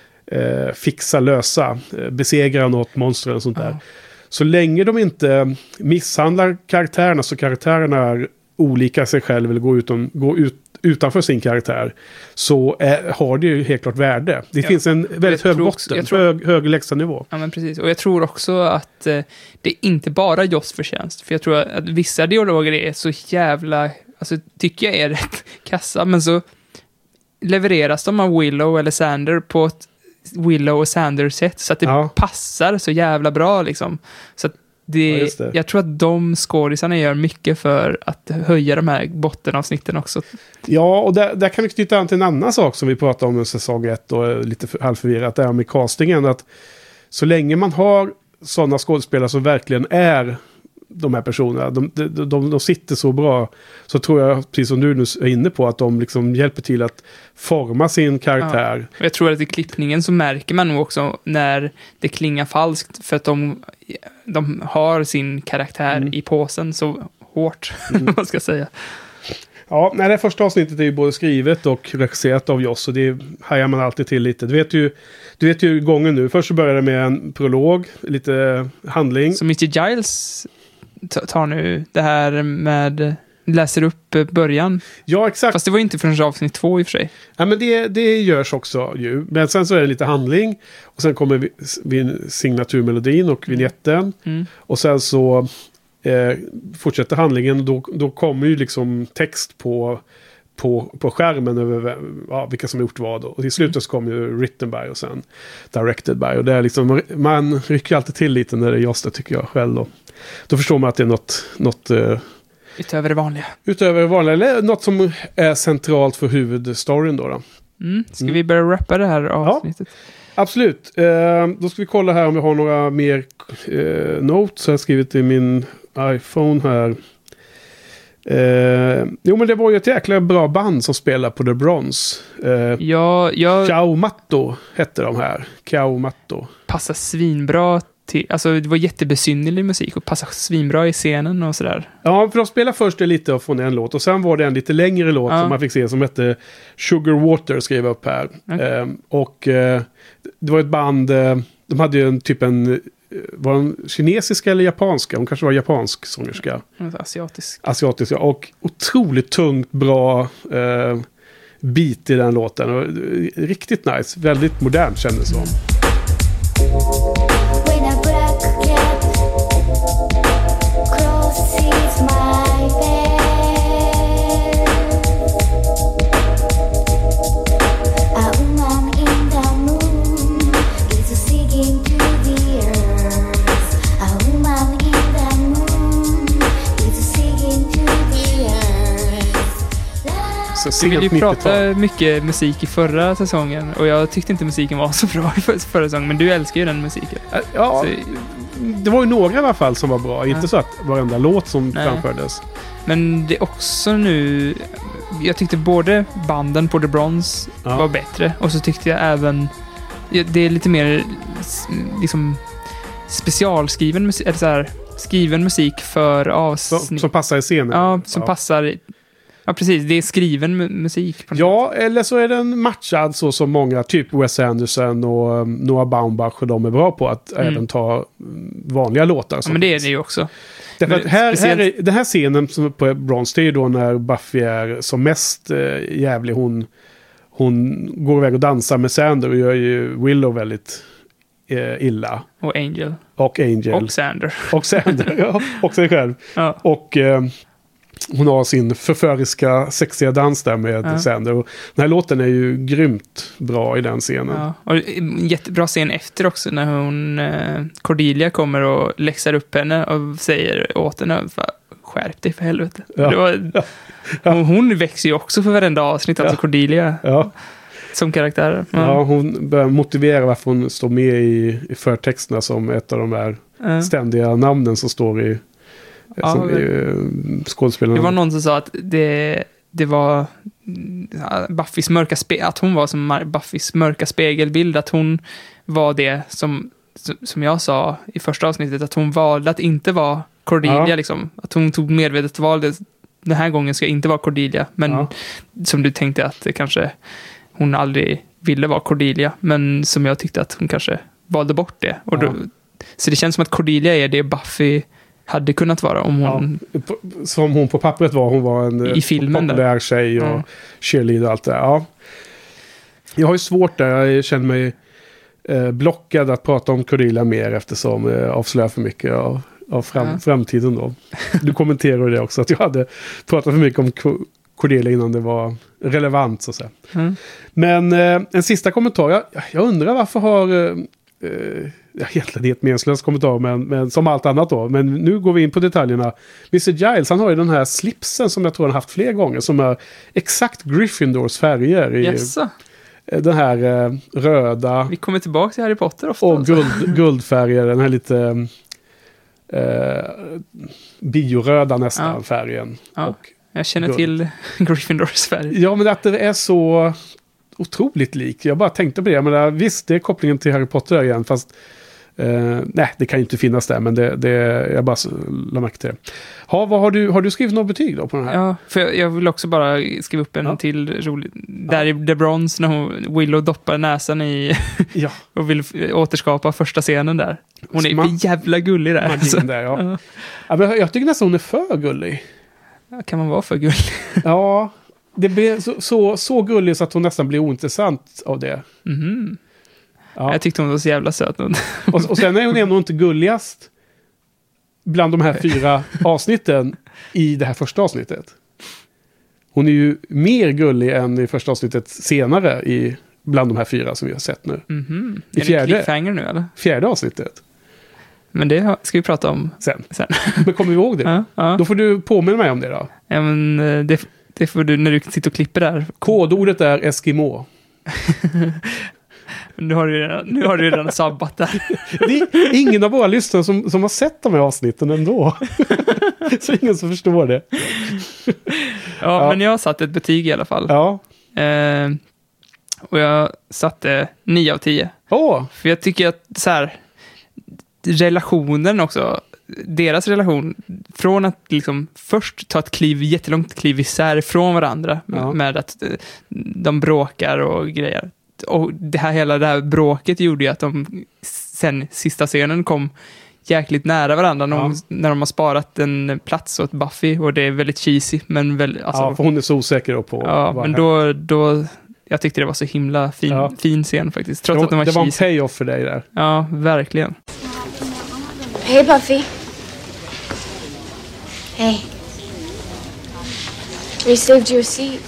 lösa, besegra något monster eller sånt där. Så länge de inte misshandlar karaktärerna så karaktärerna är olika sig själv eller går utanför sin karaktär, så har det ju helt klart värde. Det finns en väldigt hög botten, hög lägstanivå. Ja, men precis. Och jag tror också att det är inte bara Joss förtjänst. För jag tror att vissa dialoger är så jävla, alltså tycker jag är rätt kassa, men så levereras de av Willow eller Sander på ett Willow och Sander-sätt så att det passar så jävla bra liksom. Så att jag tror att de skådisarna gör mycket för att höja de här bottenavsnitten också. Ja, och där kan vi knyta an till en annan sak som vi pratade om i säsong 1 och lite halvförvirrat, det här med castingen, att så länge man har sådana skådespelare som verkligen är de här personerna, de sitter så bra, så tror jag, precis som du nu är inne på, att de liksom hjälper till att forma sin karaktär. Ja. Jag tror att i klippningen så märker man nog också när det klingar falskt, för att de har sin karaktär i påsen så hårt, vad ska jag säga. Ja, det första avsnittet är ju både skrivet och regisserat av Joss, och det hajar man alltid till lite. Du vet ju gången nu. Först så börjar det med en prolog, lite handling. Så Mr. Giles tar nu det här med läser upp början. Ja, exakt. Fast det var inte förrän avsnitt 2 i och för sig. Ja, men det görs också ju. Men sen så är det lite handling. Och sen kommer signaturmelodin och vignetten. Och sen så fortsätter handlingen. Då kommer ju liksom text på skärmen över vilka som gjort vad. Och i slutet så kommer ju written by och sen directed by. Och det är liksom, man rycker alltid till lite när det är just det, tycker jag själv. Då förstår man att det är något utöver det vanliga. Utöver det vanliga, eller något som är centralt för huvudstoryn då. Ska vi börja rappa det här avsnittet? Ja, absolut. Då ska vi kolla här om vi har några mer notes. Jag har skrivit i min iPhone här. Jo, men det var ju ett jäkla bra band som spelar på The Bronze. Ciao Matto hette de här. Ciao Matto. Passar svinbra till, alltså det var jättebesynnerlig musik och passar svinbra i scenen och sådär. Ja, för de spelade först lite från en låt och sen var det en lite längre låt som man fick se som hette Sugar Water, skrev upp här. Okay. Det var ett band, de hade ju var de kinesiska eller japanska? Hon kanske var japansk sångerska. Asiatisk, ja. Och otroligt tungt, bra beat i den låten. Och riktigt nice. Väldigt modernt kändes som. Vi ville ju prata mycket musik i förra säsongen och jag tyckte inte musiken var så bra i förra säsongen, men du älskar ju den musiken. Ja, det var ju några i alla fall som var bra. Inte så att varenda låt som framfördes. Men det är också nu, jag tyckte både banden på The Bronze var bättre, och så tyckte jag även det är lite mer liksom specialskriven musik, eller så här, skriven musik för avsnitt som passar i scenen. Ja, som passar. Ja, precis. Det är skriven musik. Ja, eller så är den matchad så som många, typ Wes Anderson och Noah Baumbach, och de är bra på att även ta vanliga låtar. Ja, men det är det ju också. Därför att den här scenen som på Bronze, det är ju då när Buffy är som mest jävlig. Hon går iväg och dansar med Sander och gör ju Willow väldigt illa. Och Angel. Och Sander. Och Sander, ja. Och sig själv. Ja. Och hon har sin förföriska sexiga dans där med Sander. Och den här låten är ju grymt bra i den scenen. Ja. Och en jättebra scen efter också när hon Cordelia kommer och läxar upp henne och säger åt henne, skärp dig för helvete. Ja. Hon växer ju också för varenda avsnitt, alltså Cordelia. Ja. Som karaktär. Ja, hon börjar motivera varför hon står med i förtexterna som ett av de där ständiga namnen som står i skådespelarna. Det var någon som sa att det var Buffys mörka att hon var som Buffys mörka spegelbild, att hon var det som jag sa i första avsnittet, att hon valde att inte vara Cordelia liksom. Att hon tog medvetet val, den här gången ska jag inte vara Cordelia, men som du tänkte att kanske hon aldrig ville vara Cordelia, men som jag tyckte att hon kanske valde bort det. Och då, så det känns som att Cordelia är det Buffy hade kunnat vara om hon... Ja, som hon på pappret var. Hon var en i filmen populär tjej och cheerleader och allt det. Ja. Jag har ju svårt där. Jag känner mig blockad att prata om Cordelia mer eftersom jag avslöjar för mycket av framtiden då. Du kommenterar det också, att jag hade pratat för mycket om Cordelia innan det var relevant så att säga. Men en sista kommentar. Jag undrar varför har... egentligen det är ett meningslöst kommentar, men som allt annat då. Men nu går vi in på detaljerna. Mr. Giles, han har ju den här slipsen som jag tror han haft fler gånger, som är exakt Gryffindors färger i den här röda. Vi kommer tillbaka till Harry Potter ofta. Och guldfärger, den här lite bioröda nästan färgen. Ja. Och jag känner till Gryffindors färg. Ja, men att det är så otroligt lik. Jag bara tänkte på det. Men visst, det är kopplingen till Harry Potter igen. Fast Nej, det kan ju inte finnas där, men jag bara la märke till det. Har du skrivit något betyg då på den här? Ja, för jag vill också bara skriva upp en till rolig. Där i The Bronze när Willow doppar näsan i och vill återskapa första scenen där. Hon är för jävla gullig där. Alltså. Där ja. Ja, men jag tycker nästan hon är för gullig. Kan man vara för gullig? Ja, det blir så gullig så att hon nästan blir ointressant av det. Mhm. Ja. Jag tyckte hon var så jävla söt. Och sen är hon ändå inte gulligast bland de här 4 avsnitten i det här första avsnittet. Hon är ju mer gullig än i första avsnittet senare bland de här 4 som vi har sett nu. Mhm. I Är det cliffhanger nu eller? 4:e avsnittet. Men det ska vi prata om Sen. sen. Men kommer vi ihåg det? Ja. Då får du påminna mig om det då. Ja, men det får du när du sitter och klipper där. Kodordet är Eskimo. Nu har du redan sabbat där. Det är ingen av våra lyssnare som har sett de här avsnitten ändå. Så ingen som förstår det. Ja, men jag har satt ett betyg i alla fall. Ja. Och jag satte 9 av 10. För jag tycker att så här, relationen också, deras relation, från att liksom först ta ett jättelångt kliv isär från varandra med att de bråkar och grejer. Och hela det här bråket gjorde ju att de sen sista scenen kom jäkligt nära varandra när de har sparat en plats åt Buffy, och det är väldigt cheesy, men alltså, för hon är så osäker på. Ja, men då jag tyckte det var så himla fin scen faktiskt, trots att den var cheesy. Det var en payoff för dig där. Ja, verkligen. Hey, Buffy. Hey. We saved you a seat.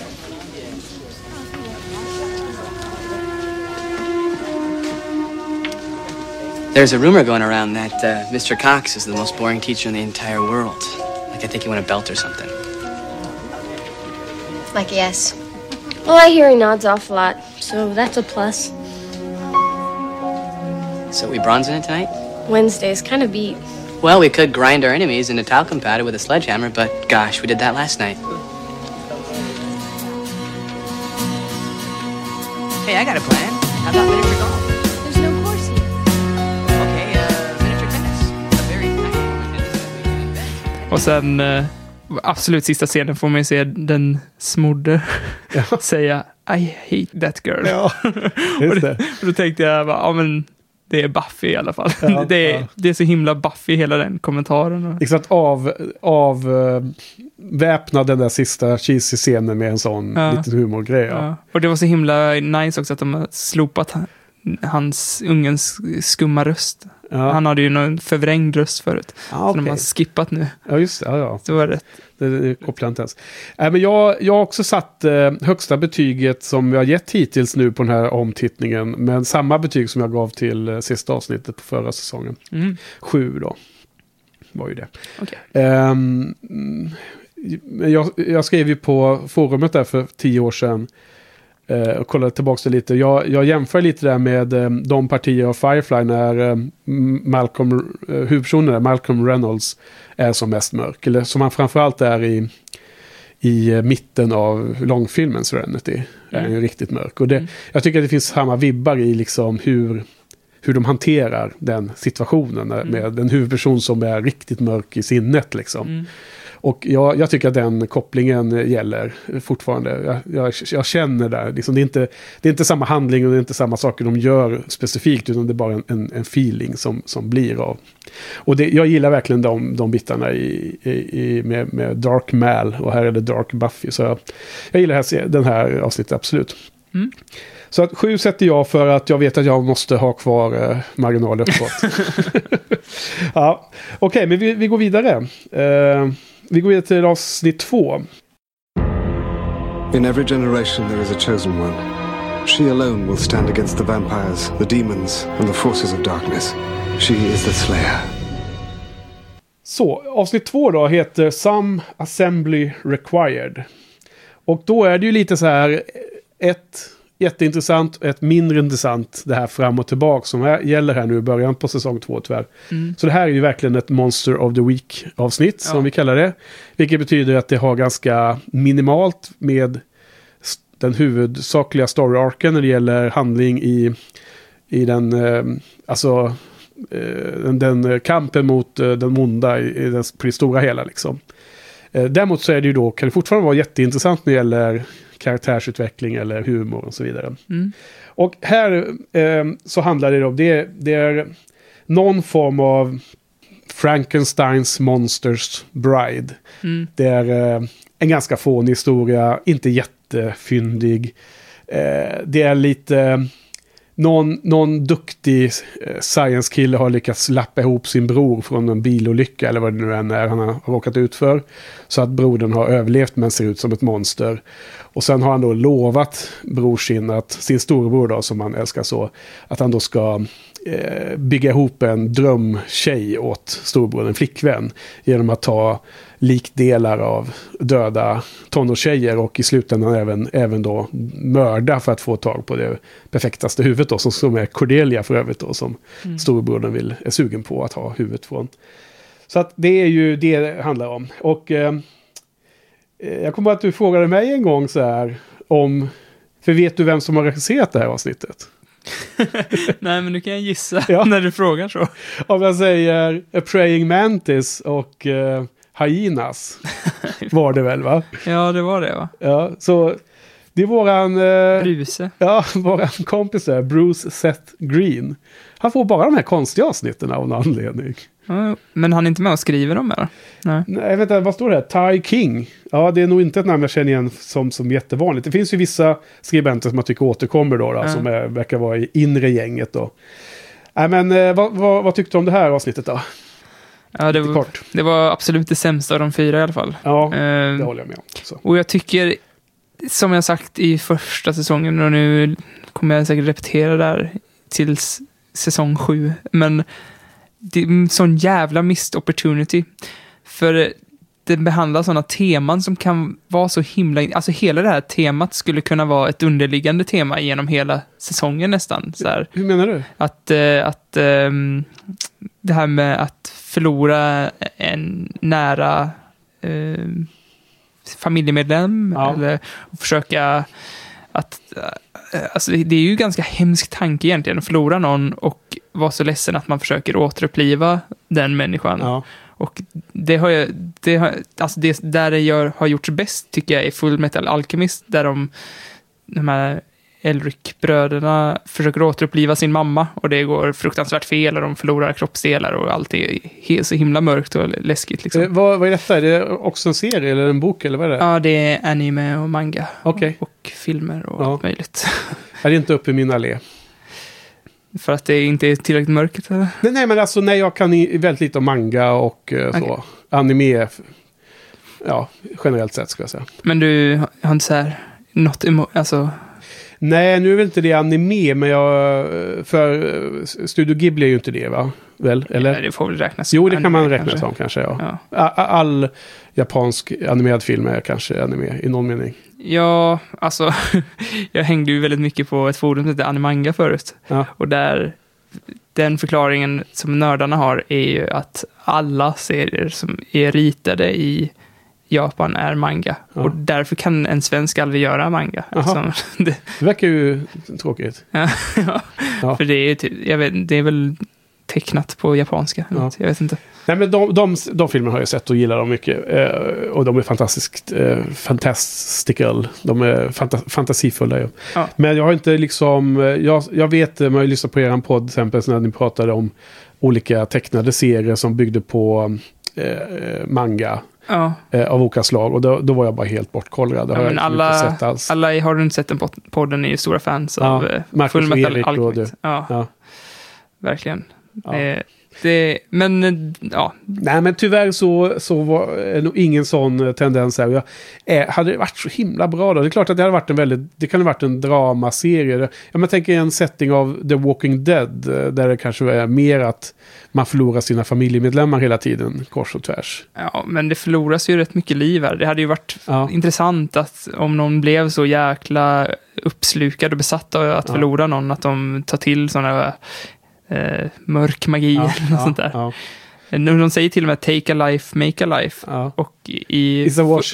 There's a rumor going around that Mr. Cox is the most boring teacher in the entire world. Like, I think he won a belt or something. Like, yes. Well, I hear he nods off a lot, so that's a plus. So we bronzing it tonight? Wednesday's kind of beat. Well, we could grind our enemies into talcum powder with a sledgehammer, but gosh, we did that last night. Hey, I got a plan. How about miniature golf? There's no course here. Okay, miniature tennis. A very Och sen absolut sista scenen får man ju se den smorde säga I hate that girl. Ja, just det. Och då tänkte jag bara, men det är Buffy i alla fall. Ja, det är så himla Buffy hela den kommentaren. Exakt, väpna den där sista cheesy scenen med en sån liten humorgrej. Ja. Och det var så himla nice också att de har slopat ungens skumma röst. Ja. Han hade ju någon förvrängd röst förut. Så de har skippat nu. Ja, just det. Ja. Det var rätt. Det kopplar jag inte ens. Men jag har också satt högsta betyget som jag har gett hittills nu på den här omtittningen. Men samma betyg som jag gav till sista avsnittet på förra säsongen. 7 då. Var ju det. Okay. Jag skrev ju på forumet där för 10 år sedan. Och kollade tillbaka det lite. Jag jämför lite där med de partier av Firefly när huvudpersonen Malcolm Reynolds är som mest mörk. Eller som han framförallt är i mitten av långfilmen Serenity. Är ju riktigt mörk. Och jag tycker att det finns samma vibbar i liksom hur de hanterar den situationen med en huvudperson som är riktigt mörk i sinnet liksom. Och jag tycker att den kopplingen gäller fortfarande. Jag känner där. Liksom, det är inte samma handling och det är inte samma saker de gör specifikt, utan det är bara en feeling som blir av. Och jag gillar verkligen de bitarna med Dark Mal, och här är det Dark Buffy. Så jag gillar den här avsnittet absolut. Så att 7 sätter jag för att jag vet att jag måste ha kvar marginal uppåt. Ja, okej, men vi går vidare. Vi går vidare till avsnitt 2. In every generation there is a chosen one. She alone will stand against the vampires, the demons and the forces of darkness. She is the Slayer. Så, avsnitt 2 då heter Some Assembly Required. Och då är det ju lite så här ett jätteintressant och ett mindre intressant det här fram och tillbaka som gäller här nu i början på säsong 2 tyvärr. Så det här är ju verkligen ett Monster of the Week avsnitt som vi kallar det. Vilket betyder att det har ganska minimalt med den huvudsakliga story-arken när det gäller handling i den alltså den kampen mot den onda på det stora hela liksom. Däremot så är det ju då, kan det fortfarande vara jätteintressant när det gäller karaktärsutveckling eller humor och så vidare. Och här så handlar det om, det är någon form av Frankensteins Monsters Bride. Det är en ganska fånig historia, inte jättefyndig. Det är lite någon duktig science-kille har lyckats lappa ihop sin bror från en bilolycka eller vad det nu än är han har råkat ut för. Så att brodern har överlevt men ser ut som ett monster. Och sen har han då lovat sin storebror då, som han älskar så, att han då ska bygga ihop en drömtjej åt storbror, en flickvän, genom att ta likdelar av döda tonårstjejer och i slutändan även då mörda för att få tag på det perfektaste huvudet då, som är Cordelia för övrigt då, som storebrodern är sugen på att ha huvudet från. Så att det är ju det handlar om. Och jag kommer att du frågade mig en gång så här om, för vet du vem som har regisserat det här avsnittet? Nej, men du kan gissa när du frågar så. Om jag säger A Praying Mantis och Hyenas var det väl, va? Ja, det var det, va? Ja, så det är våran Bruse. Ja, våran kompis där, Bruce Seth Green. Han får bara de här konstiga avsnitten av någon anledning. Ja, men han är inte med och skriver dem, eller? Nej, jag vet inte, vad står det här? Ty King. Ja, det är nog inte ett namn jag känner igen som jättevanligt. Det finns ju vissa skribenter som jag tycker återkommer då som verkar vara i inre gänget då. Nej, men vad tyckte du om det här avsnittet då? Ja, det var absolut det sämsta av de 4 i alla fall. Ja, det håller jag med om. Så. Och jag tycker, som jag sagt i första säsongen, och nu kommer jag säkert repetera där till säsong 7, men det är en sån jävla missed opportunity. För det behandlar sådana teman som kan vara så himla... Alltså hela det här temat skulle kunna vara ett underliggande tema genom hela säsongen nästan. Så här. Hur menar du? Att det här med att förlora en nära familjemedlem eller försöka att... Alltså det är ju ganska hemsk tanke egentligen att förlora någon och vara så ledsen att man försöker återuppliva den människan. Ja. Och det har gjorts bäst tycker jag är Full Metal Alchemist, där de här Elric-bröderna försöker återuppliva sin mamma och det går fruktansvärt fel och de förlorar kroppsdelar och allt är så himla mörkt och läskigt liksom. Vad är detta? Är det också en serie eller en bok eller vad är det? Ja, det är anime och manga och filmer och allt möjligt. Är det inte uppe i min allé? För att det inte är tillräckligt mörkt eller? Nej, men alltså jag kan väldigt lite om manga och så. Anime, generellt sett ska jag säga. Men du har inte så här alltså... Nej, nu är väl inte det anime, men för Studio Ghibli är ju inte det, va? Väl? Eller? Nej, det får väl räknas. Jo, det kan man räkna som kanske, ja. All japansk animerad film är kanske anime i någon mening. Ja, alltså jag hängde ju väldigt mycket på ett forum som heter Animanga förut. Ja. Och den förklaringen som nördarna har är ju att alla serier som är ritade i Japan är manga. Ja. Och därför kan en svensk aldrig göra manga. Alltså, det verkar ju tråkigt. Ja. För det är typ, det är väl tecknat på japanska. Ja. Jag vet inte. Nej, men de filmerna har jag sett och gillar dem mycket. Och de är fantastical. De är fantasifulla. Ja. Ja. Men jag har inte liksom... Jag vet, man har ju lyssnat på er podd till exempel när ni pratade om olika tecknade serier som byggde på manga. Ja. Av olika slag. Och då var jag bara helt bortkollrad. Men alla har du inte sett den podden är ju stora fans av Full Metal Alchemist. Ja. Verkligen. Ja. Men Nej, men tyvärr så var nog ingen sån tendens här. Hade det varit så himla bra då? Det är klart att det hade varit det kan ha varit en dramaserie. Jag tänker en setting av The Walking Dead där det kanske är mer att man förlorar sina familjemedlemmar hela tiden, kors och tvärs. Ja, men det förloras ju rätt mycket liv här. Det hade ju varit intressant att om någon blev så jäkla uppslukad och besatt av att förlora någon, att de tar till sådana mörk magi eller något sånt där. Ja. De säger till och med take a life, make a life. Ja. Och i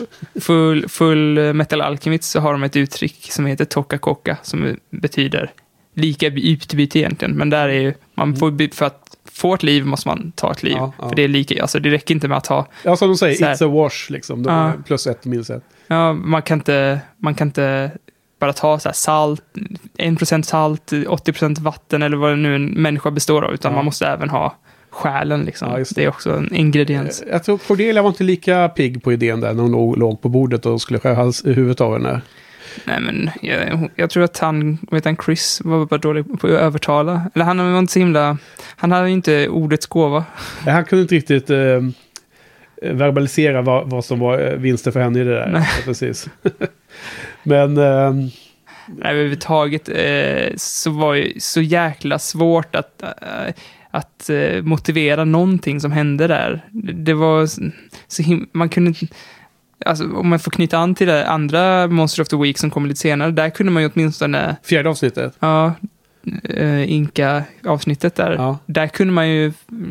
full Metal Alchemist så har de ett uttryck som heter Tokakoka som betyder lika utbyte egentligen. Men där är ju, man får för att få ett liv måste man ta ett liv. För det är lika, alltså det räcker inte med att ha... Ja, som de säger, it's a wash liksom. Plus 1 minus 1. Ja, man kan inte bara ta så här salt, 1% salt, 80% vatten eller vad det nu en människa består av, utan man måste även ha själen liksom. Ja, det är också en ingrediens. Jag tror Cordelia var inte lika pigg på idén där när hon låg på bordet och skulle skära huvudet av henne. Nej, men jag tror att Chris var bara dålig på att övertala. Eller han var inte så himla... Han hade ju inte ordets gåva. Han kunde inte riktigt verbalisera vad som var vinsten för henne i det där. Nej. Precis. Men... överhuvudtaget så var det så jäkla svårt att motivera någonting som hände där. Det var man kunde inte... Alltså, om man får knyta an till det andra Monster of the Week som kommer lite senare, där kunde man ju åtminstone... 4:e avsnittet? Ja, Inka-avsnittet där. Ja. Där kunde man ju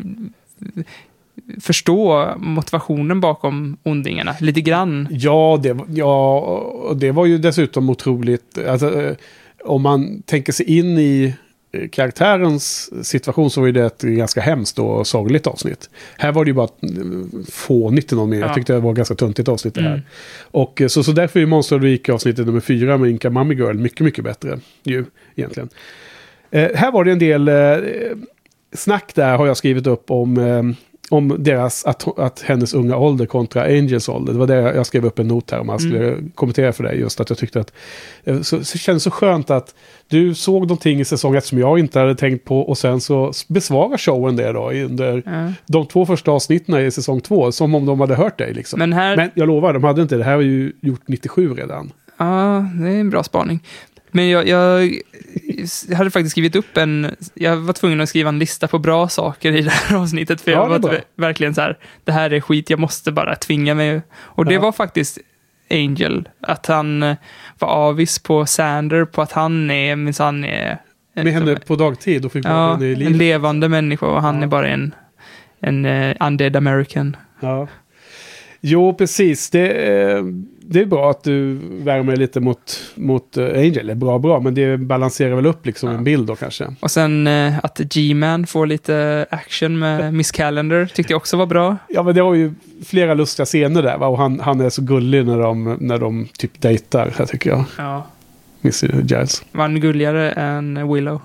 förstå motivationen bakom ondingarna, lite grann. Ja, det var ju dessutom otroligt... Alltså, om man tänker sig in i karaktärens situation så var det ett ganska hemskt och sorgligt avsnitt. Här var det ju bara fånigt i någon mening. Jag tyckte det var ganska tuntigt avsnitt det här. Och så därför är Monster of the Week avsnittet nummer 4 med Inka Mummy Girl mycket, mycket bättre ju egentligen. Här var det en del snack där har jag skrivit upp om deras, att hennes unga ålder kontra Angels ålder. Det var det jag skrev upp en not här om man skulle kommentera för dig. Just att jag tyckte att så kändes så skönt att du såg någonting i säsong 1 som jag inte hade tänkt på och sen så besvarar showen det då under de 2 första avsnitten i säsong 2 som om de hade hört dig liksom. Men jag lovar, de hade inte det. här var ju gjort 97 redan. Ja, det är en bra spaning. Men jag hade faktiskt skrivit upp jag var tvungen att skriva en lista på bra saker i det här avsnittet. För jag var verkligen så här, det här är skit, jag måste bara tvinga mig. Och det var faktiskt Angel. Att han var avis på Sander, på att han är minsann är... Med henne på dagtid och fick en levande människa och han är bara en undead American. Ja. Jo, precis. Det är bra att du värmer lite mot Angel. Det är bra, men det balanserar väl upp liksom en bild då kanske. Och sen att G-Man får lite action med Miss Calendar tyckte jag också var bra. Ja, men det var ju flera lustiga scener där, va? Och han är så gullig när de typ dejtar, här tycker jag. Ja. Miss Giles. Var han gulligare än Willow?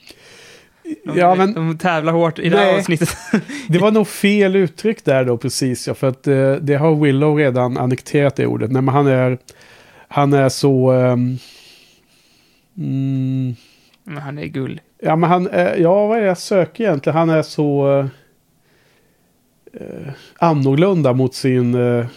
De tävlar hårt i det här avsnittet. Det var nog fel uttryck där då precis. Ja, för att det har Willow redan annekterat det ordet. Nej, men han är så... Men han är gull. Ja, men vad är det jag söker egentligen? Han är så annorlunda mot sin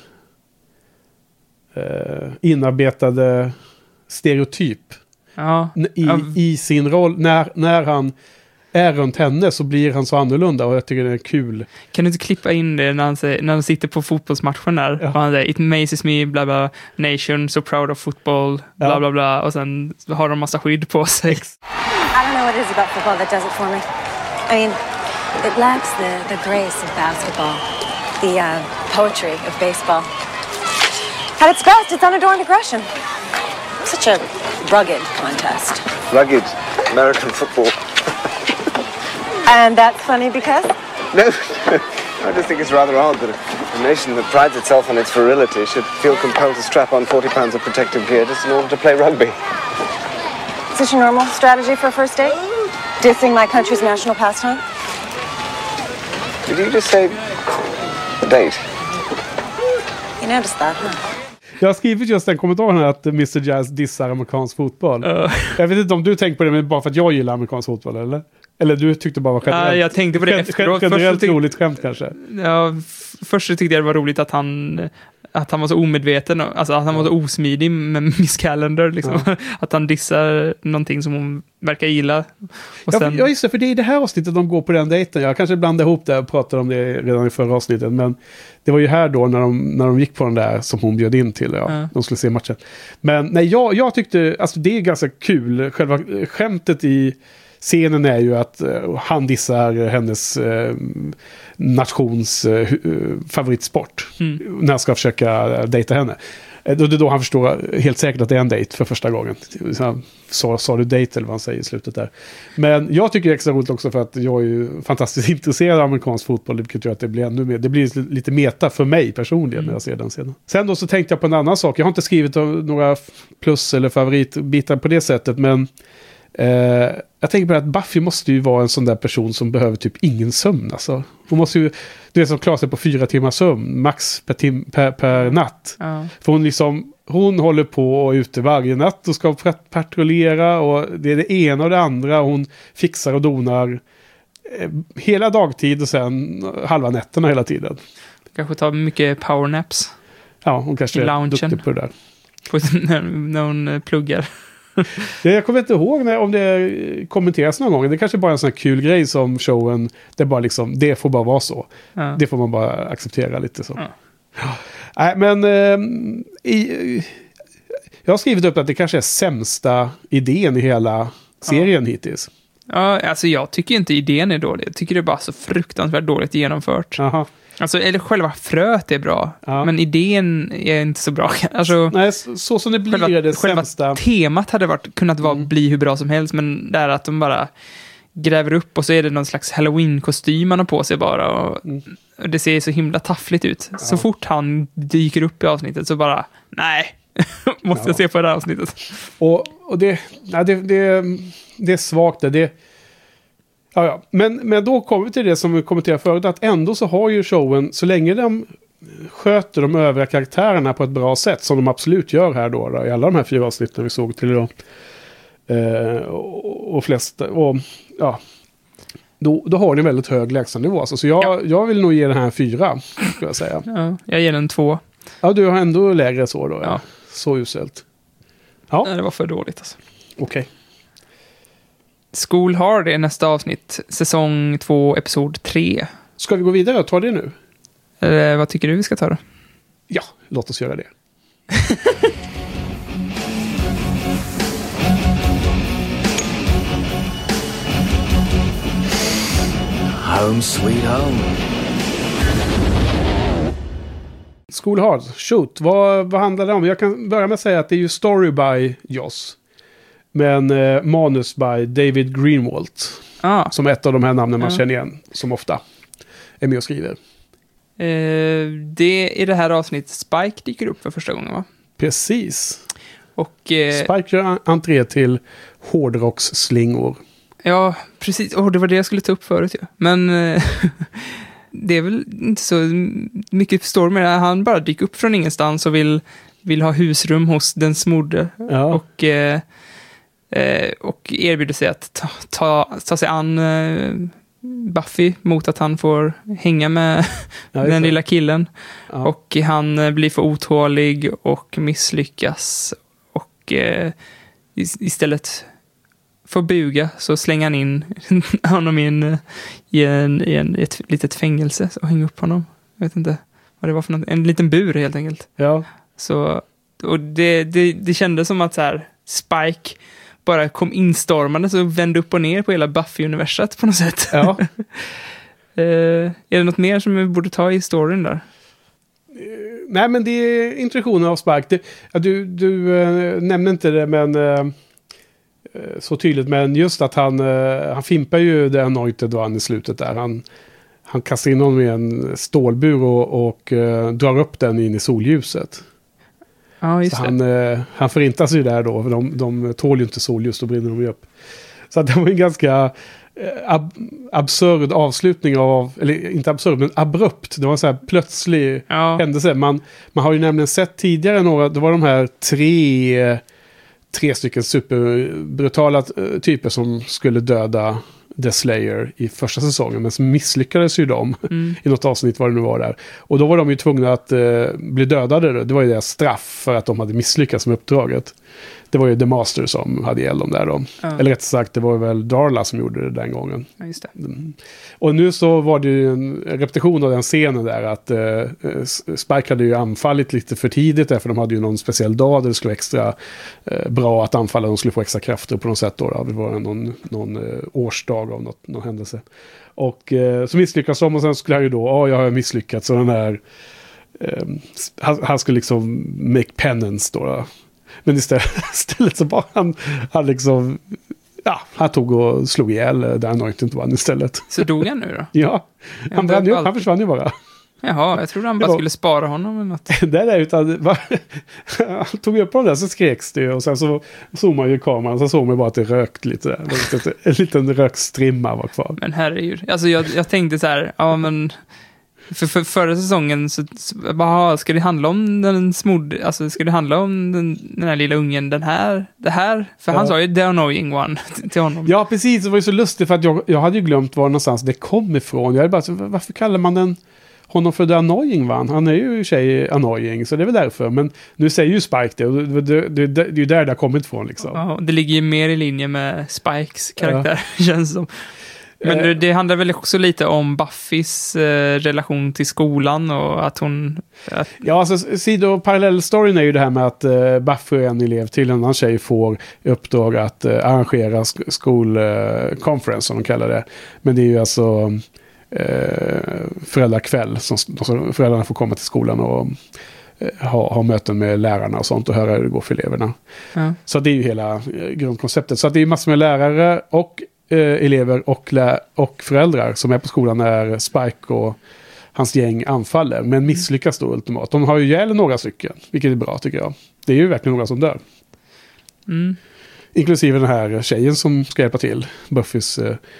inarbetade stereotyp. Ja. I sin roll. När han är runt henne så blir han så annorlunda och jag tycker det är kul. Kan du inte klippa in det när han sitter på fotbollsmatchen där? Ja. Och han säger, it amazes me, bla bla, nation, so proud of football, bla bla bla. Och sen har de massa skydd på sig. I don't know what it is about football that does it for me. I mean, it lacks the grace of basketball, the poetry of baseball. At its best, it's unadorned aggression. Such a rugged contest. Rugged American football. And that's funny because? No, I just think it's rather odd that a nation that prides itself on its virility should feel compelled to strap on 40 pounds of protective gear just in order to play rugby. Is this your normal strategy for a first date? Dissing my country's national pastime? Did you just say a date? You noticed that, huh? Jag har skrivit just den kommentaren att Mr. Jazz dissar amerikansk fotboll. Jag vet inte om du tänker på det, men bara för att jag gillar amerikansk fotboll, eller? Eller du tyckte bara generellt... Ja, jag tänkte på det efteråt. Generellt roligt skämt kanske. Ja, först tyckte jag det var roligt att han var så omedveten, alltså att han var så osmidig med Miss Calendar liksom. Ja. Att han dissar någonting som hon verkar gilla. Och sen... Ja, just det, för det är i det här avsnittet de går på den dejten. Jag kanske blandade ihop det och pratade om det redan i förra avsnittet, men det var ju här då när de gick på den där som hon bjöd in till. Ja. De skulle se matchen. Men nej, jag tyckte, alltså det är ganska kul. Själva skämtet i scenen är ju att han dissar hennes nations favoritsport när han ska försöka dejta henne. Det är då han förstår helt säkert att det är en dejt för första gången. Sa du dejt eller vad han säger i slutet där. Men jag tycker det är extra roligt också för att jag är ju fantastiskt intresserad av amerikansk fotboll, vilket gör att det blir ännu mer. Det blir lite meta för mig personligen när jag ser den scenen. Sen då så tänkte jag på en annan sak. Jag har inte skrivit några plus eller favoritbitar på det sättet, men jag tänker på att Buffy måste ju vara en sån där person som behöver typ ingen sömn. Alltså. Hon måste ju, det är som klarar sig på 4 timmar sömn max per natt. För hon håller på och är ute varje natt och ska patrullera, och det är det ena och det andra. Hon fixar och donar hela dagtid och sen halva nätterna hela tiden. Kanske tar mycket powernaps. Ja, hon kanske är duktig på det där. När hon pluggar. Jag kommer inte ihåg om det kommenteras någon gång. Det kanske bara är en sån här kul grej som showen. Det är bara liksom, det får bara vara så. Ja. Det får man bara acceptera lite så. Ja. Nej, men jag har skrivit upp att det kanske är sämsta idén i hela serien hittills. Ja, alltså jag tycker inte idén är dålig. Jag tycker det är bara så fruktansvärt dåligt genomfört. Aha. Alltså, eller själva fröet är bra, men idén är inte så bra. Alltså, nej, så som det blir det sämsta. Själva temat hade kunnat bli hur bra som helst, men det är att de bara gräver upp och så är det någon slags Halloween-kostym man har på sig bara. Och det ser så himla taffligt ut. Ja. Så fort han dyker upp i avsnittet så bara, nej, måste jag se på det här avsnittet. Och det är svagt det. Ja. Men då kommer vi till det som vi kommenterade förut, att ändå så har ju showen, så länge de sköter de övriga karaktärerna på ett bra sätt, som de absolut gör här då i alla de här 4 avsnitten vi såg till idag. Och flesta, och ja, då har ni väldigt hög lägstanivå. Alltså, så jag vill nog ge den här 4, ska jag säga. Ja, jag ger den 2. Ja, du har ändå lägre så då. Ja. Så uselt. Ja. Nej, det var för dåligt alltså. Okej. School Hard är nästa avsnitt. Säsong 2, episod 3. Ska vi gå vidare och ta det nu? Vad tycker du vi ska ta då? Ja, låt oss göra det. Home sweet home. School Hard, shoot. Vad handlar det om? Jag kan börja med att säga att det är ju story by Joss. Men manus by David Greenwalt. Som är ett av de här namnen man känner igen. Som ofta är med och skriver. Det är det här avsnittet Spike dyker upp för första gången, va? Precis. Och, Spike gör entré till hårdrocksslingor. Ja, precis. Det var det jag skulle ta upp förut. Ja. Men det är väl inte så mycket story med det. Han bara dyker upp från ingenstans och vill ha husrum hos den smorde. Ja. Och erbjuder sig att ta sig an Buffy mot att han får hänga med den lilla killen. Ja. Och han blir för otålig och misslyckas. Och istället för buga så slänger han in honom i ett litet fängelse och hänger upp honom. Jag vet inte vad det var för något. En liten bur helt enkelt. Ja. Så, och det kändes som att så här, Spike bara kom instormande så vände upp och ner på hela Buffy-universet på något sätt. Ja. Är det något mer som vi borde ta i storyn där? Nej, men det är introduktionen av Spike. Du nämnde inte det, men så tydligt, men just att han fimpar ju det Anointed då han i slutet där. Han kastar in honom i en stålbur och drar upp den in i solljuset. Ja, just så han förintas ju där då, för de tål ju inte solljus, då brinner de ju upp. Så att det var en ganska absurd avslutning av, eller inte absurd, men abrupt. Det var en så här plötslig händelse. Man har ju nämligen sett tidigare några, det var de här tre stycken superbrutala typer som skulle döda The Slayer i första säsongen, men så misslyckades ju de i något avsnitt vad det nu var där. Och då var de ju tvungna att bli dödade. Det var ju deras straff för att de hade misslyckats med uppdraget. Det var ju The Master som hade ihjäl dem där då. Eller rätt sagt, det var väl Darla som gjorde det den gången. Ja, just det. Och nu så var det ju en repetition av den scenen där att Spike hade ju anfallit lite för tidigt, därför de hade ju någon speciell dag där det skulle vara extra bra att anfalla, de skulle få extra krafter på något sätt då. Det var någon årsdag av någon händelse. Och så misslyckas de, och sen skulle han ju då, jag har misslyckats, och den här Han skulle liksom make penance då. Men istället så bara han liksom... Ja, han tog och slog ihjäl The Anointed One istället. Så dog han nu då? Ja, han försvann ju bara. Jaha, jag trodde han bara skulle spara honom eller något. Det är utan han tog upp på den där så skreks det och sen så zoomade ju kameran så såg man bara att det rökt lite där. En liten rökstrimma var kvar. Men herregud, alltså jag tänkte så här, ja men för förra säsongen så bara, ska det handla om alltså ska det handla om den här lilla ungen, det här? För han sa ju The Annoying One till honom. Ja, precis. Det var ju så lustigt för att jag hade ju glömt var någonstans det kom ifrån. Jag är bara så, varför kallar man honom för The Annoying One? Han är ju i sig annoying, så det är väl därför. Men nu säger ju Spike det, och det är ju där det har kommit ifrån liksom. Ja, det ligger ju mer i linje med Spikes karaktär, känns som. Men det handlar väl också lite om Buffys relation till skolan och att hon... Ja, alltså parallellstoryn är ju det här med att Buffy är en elev till en annan tjej får uppdrag att arrangera skolkonferens som de kallar det. Men det är ju alltså föräldrakväll som föräldrarna får komma till skolan och ha möten med lärarna och sånt och höra hur det går för eleverna. Ja. Så det är ju hela grundkonceptet. Så att det är massor med lärare och elever och föräldrar som är på skolan när Spike och hans gäng anfaller, men misslyckas då ultimat. De har ju ihjäl några stycken, vilket är bra tycker jag. Det är ju verkligen några som dör. Inklusive den här tjejen som ska hjälpa till. Buffys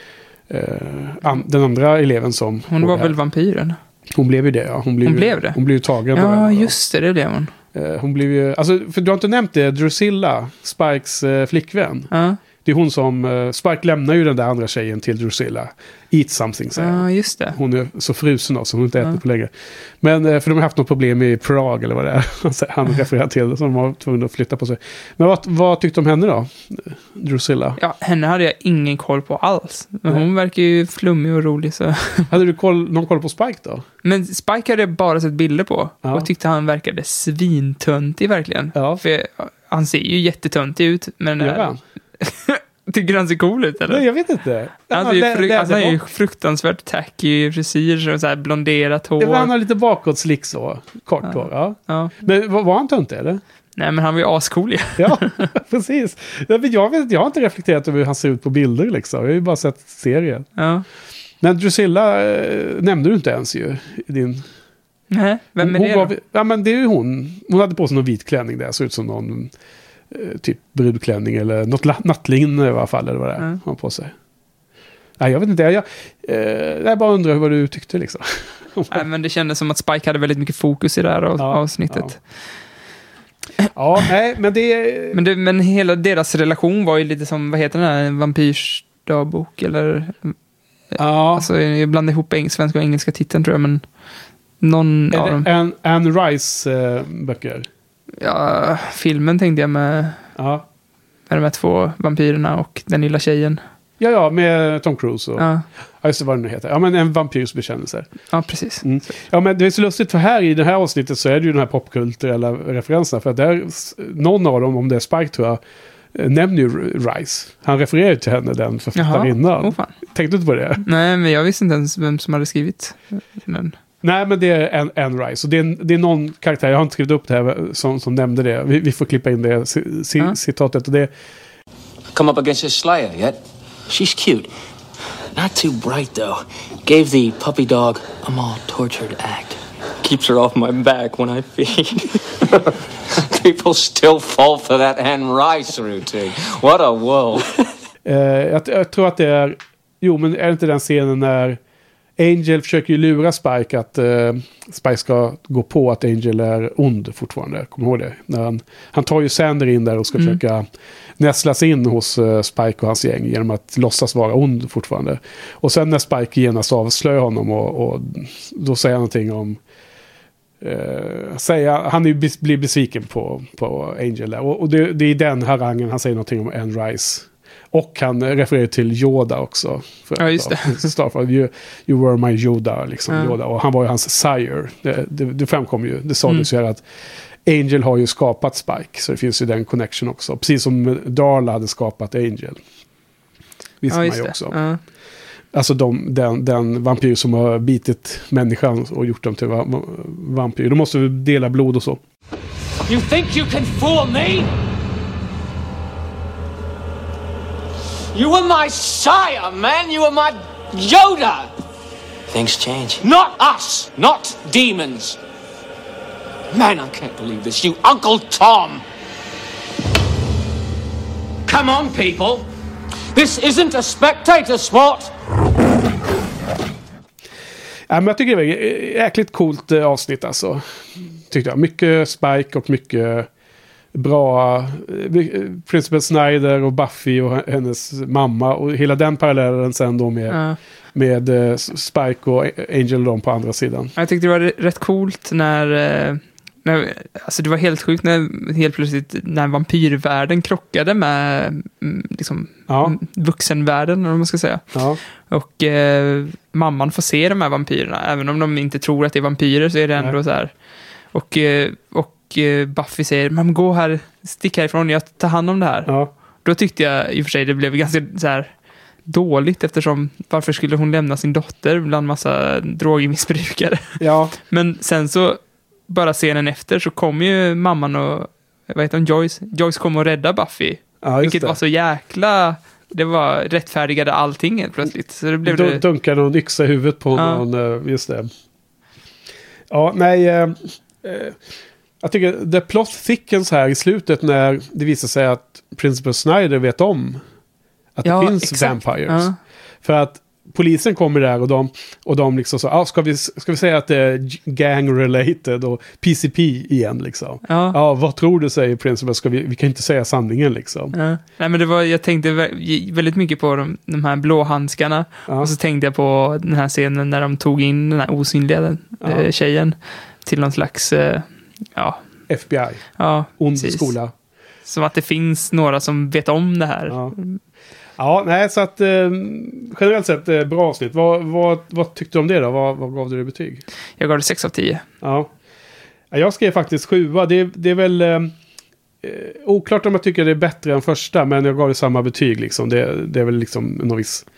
den andra eleven som... Hon var väl vampyren? Hon blev ju det, ja. Hon blev det? Hon blev ju tagen. Ja, just det blev hon. Hon blev ju... Alltså, för du har inte nämnt det, Drusilla, Spikes flickvän. Ja. Det är hon som... Spike lämnar ju den där andra tjejen till Drusilla. Eat something, säger ja, just det. Hon är så frusen så hon inte äter på längre. Men för de har haft något problem i Prague eller vad det är. Han refererar till det, så de har tvungna att flytta på sig. Men vad tyckte du om henne då? Drusilla? Ja, henne hade jag ingen koll på alls. Men hon verkar ju flummig och rolig. Så. Hade du någon koll på Spike då? Men Spike hade jag bara sett bilder på. Ja. Och tyckte han verkade svintöntig verkligen. Ja. För han ser ju jättetöntig ut. Men tycker han ser cool ut, eller? Nej, jag vet inte. Han är ju fruktansvärt tacky frisyr och så här blonderat hår. Han har lite bakåtslick så. Kort hår, ja. Men var han töntig, eller? Nej, men han var ju ascool. Ja, precis. Jag har inte reflekterat över hur han ser ut på bilder, liksom. Jag har ju bara sett serien. Ja. Men Drusilla nämnde du inte ens ju i din... Nej, vem är det då? Ja, men det är ju hon. Hon hade på sig någon vit klänning där. Såg ut som någon... typ brudklänning eller något nattlinne i alla fall, eller vad det är han på sig. Nej, jag vet inte. Jag bara undrar vad du tyckte liksom. Nej, men det kändes som att Spike hade väldigt mycket fokus i det här avsnittet. Ja, nej, men det... Men hela deras relation var ju lite som, vad heter den här, en vampyrsdagbok eller... Ja. Alltså, jag blandade ihop svenska och engelska titeln tror jag, men någon av dem. Anne Rice böcker. Ja, filmen tänkte jag med de här två vampyrerna och den lilla tjejen. Ja, med Tom Cruise och... Ja, just det, vad det nu heter. Ja, men en vampyrs bekännelse. Ja, precis. Ja, men det är så lustigt för här i det här avsnittet så är det ju den här popkulturella referenserna. För att där, någon av dem, om det är Spike tror jag, nämner ju Rice. Han refererar ju till henne, den författarinnan. Tänkte du inte på det? Nej, men jag visste inte ens vem som hade skrivit den. Nej, men det är Anne Rice. Och det är någon karaktär, jag har inte skrivit upp det här, som nämnde det. Vi får klippa in det citatet. Och det... Come up against his Slayer yet? She's cute. Not too bright, though. Gave the puppy dog a more tortured act. Keeps her off my back when I feed. People still fall for that Anne Rice routine. What a world. Jag tror att det är... Jo, men är det inte den scenen när Angel försöker ju lura Spike att Spike ska gå på att Angel är ond fortfarande. Kommer du ihåg det? När han tar ju Sander in där och ska försöka näslas in hos Spike och hans gäng genom att låtsas vara ond fortfarande. Och sen när Spike genast avslöjar honom och då säger han någonting om han blir besviken på Angel där. Och det är i den harangen han säger någonting om Anne Rice. Och han refererar till Yoda också. Ja, just det. Starfall, you were my Yoda, liksom. Yoda. Och han var ju hans sire. Det framkom ju. Det sades ju här att Angel har ju skapat Spike. Så det finns ju den connection också. Precis som Darla hade skapat Angel. Visste man ju också. Alltså den vampyr som har bitit människan och gjort dem till vampyr. Då måste vi dela blod och så. You think you can fool me? You were my sire, man. You were my Yoda. Things change. Not us. Not demons. Man, I can't believe this. You Uncle Tom. Come on, people. This isn't a spectator sport. Ja, men jag tycker det var ett jäkligt coolt avsnitt alltså. Tyckte jag. Mycket Spike och mycket bra Principal Snyder och Buffy och hennes mamma och hela den parallellen sen då med Spike och Angel Dawn på andra sidan. Jag tyckte det var rätt coolt när alltså det var helt sjukt när helt plötsligt när vampyrvärlden krockade med liksom vuxenvärlden, eller vad man ska säga. Ja. Och mamman får se de här vampyrerna, även om de inte tror att det är vampyrer, så är det ändå så här. Och Buffy säger, man gå här, stick härifrån, jag tar hand om det här. Ja. Då tyckte jag i och för sig det blev ganska så här dåligt, eftersom varför skulle hon lämna sin dotter bland massa drogmissbrukare? Ja. Men sen så bara scenen efter så kommer ju mamman och vad heter hon, Joyce kommer och rädda Buffy. Ja, vilket var så jäkla, det var rättfärdigade allting helt plötsligt. Så det blev dunkar någon yxa i huvudet på någon, just det. Ja, nej, jag tycker the plot thickens här i slutet när det visar sig att Principal Snyder vet om att det finns vampires. Ja. För att polisen kommer där och de liksom så, ska vi säga att det är gang-related och PCP igen liksom. Ja, vad tror du, säger Principal? Vi kan inte säga sanningen liksom. Ja. Nej, men jag tänkte väldigt mycket på de här blåhandskarna. Ja. Och så tänkte jag på den här scenen när de tog in den här osynliga tjejen till någon slags FBI. Ja, ond skola. Som att det finns några som vet om det här. Ja. Ja, nej, så att generellt sett bra avsnitt. Vad tyckte du om det då? Vad gav du det betyg? Jag gav det 6 av 10. Ja. Jag skrev faktiskt 7. Det är väl oklart om jag tycker det är bättre än första, men jag gav det samma betyg liksom. Det är väl liksom någon viss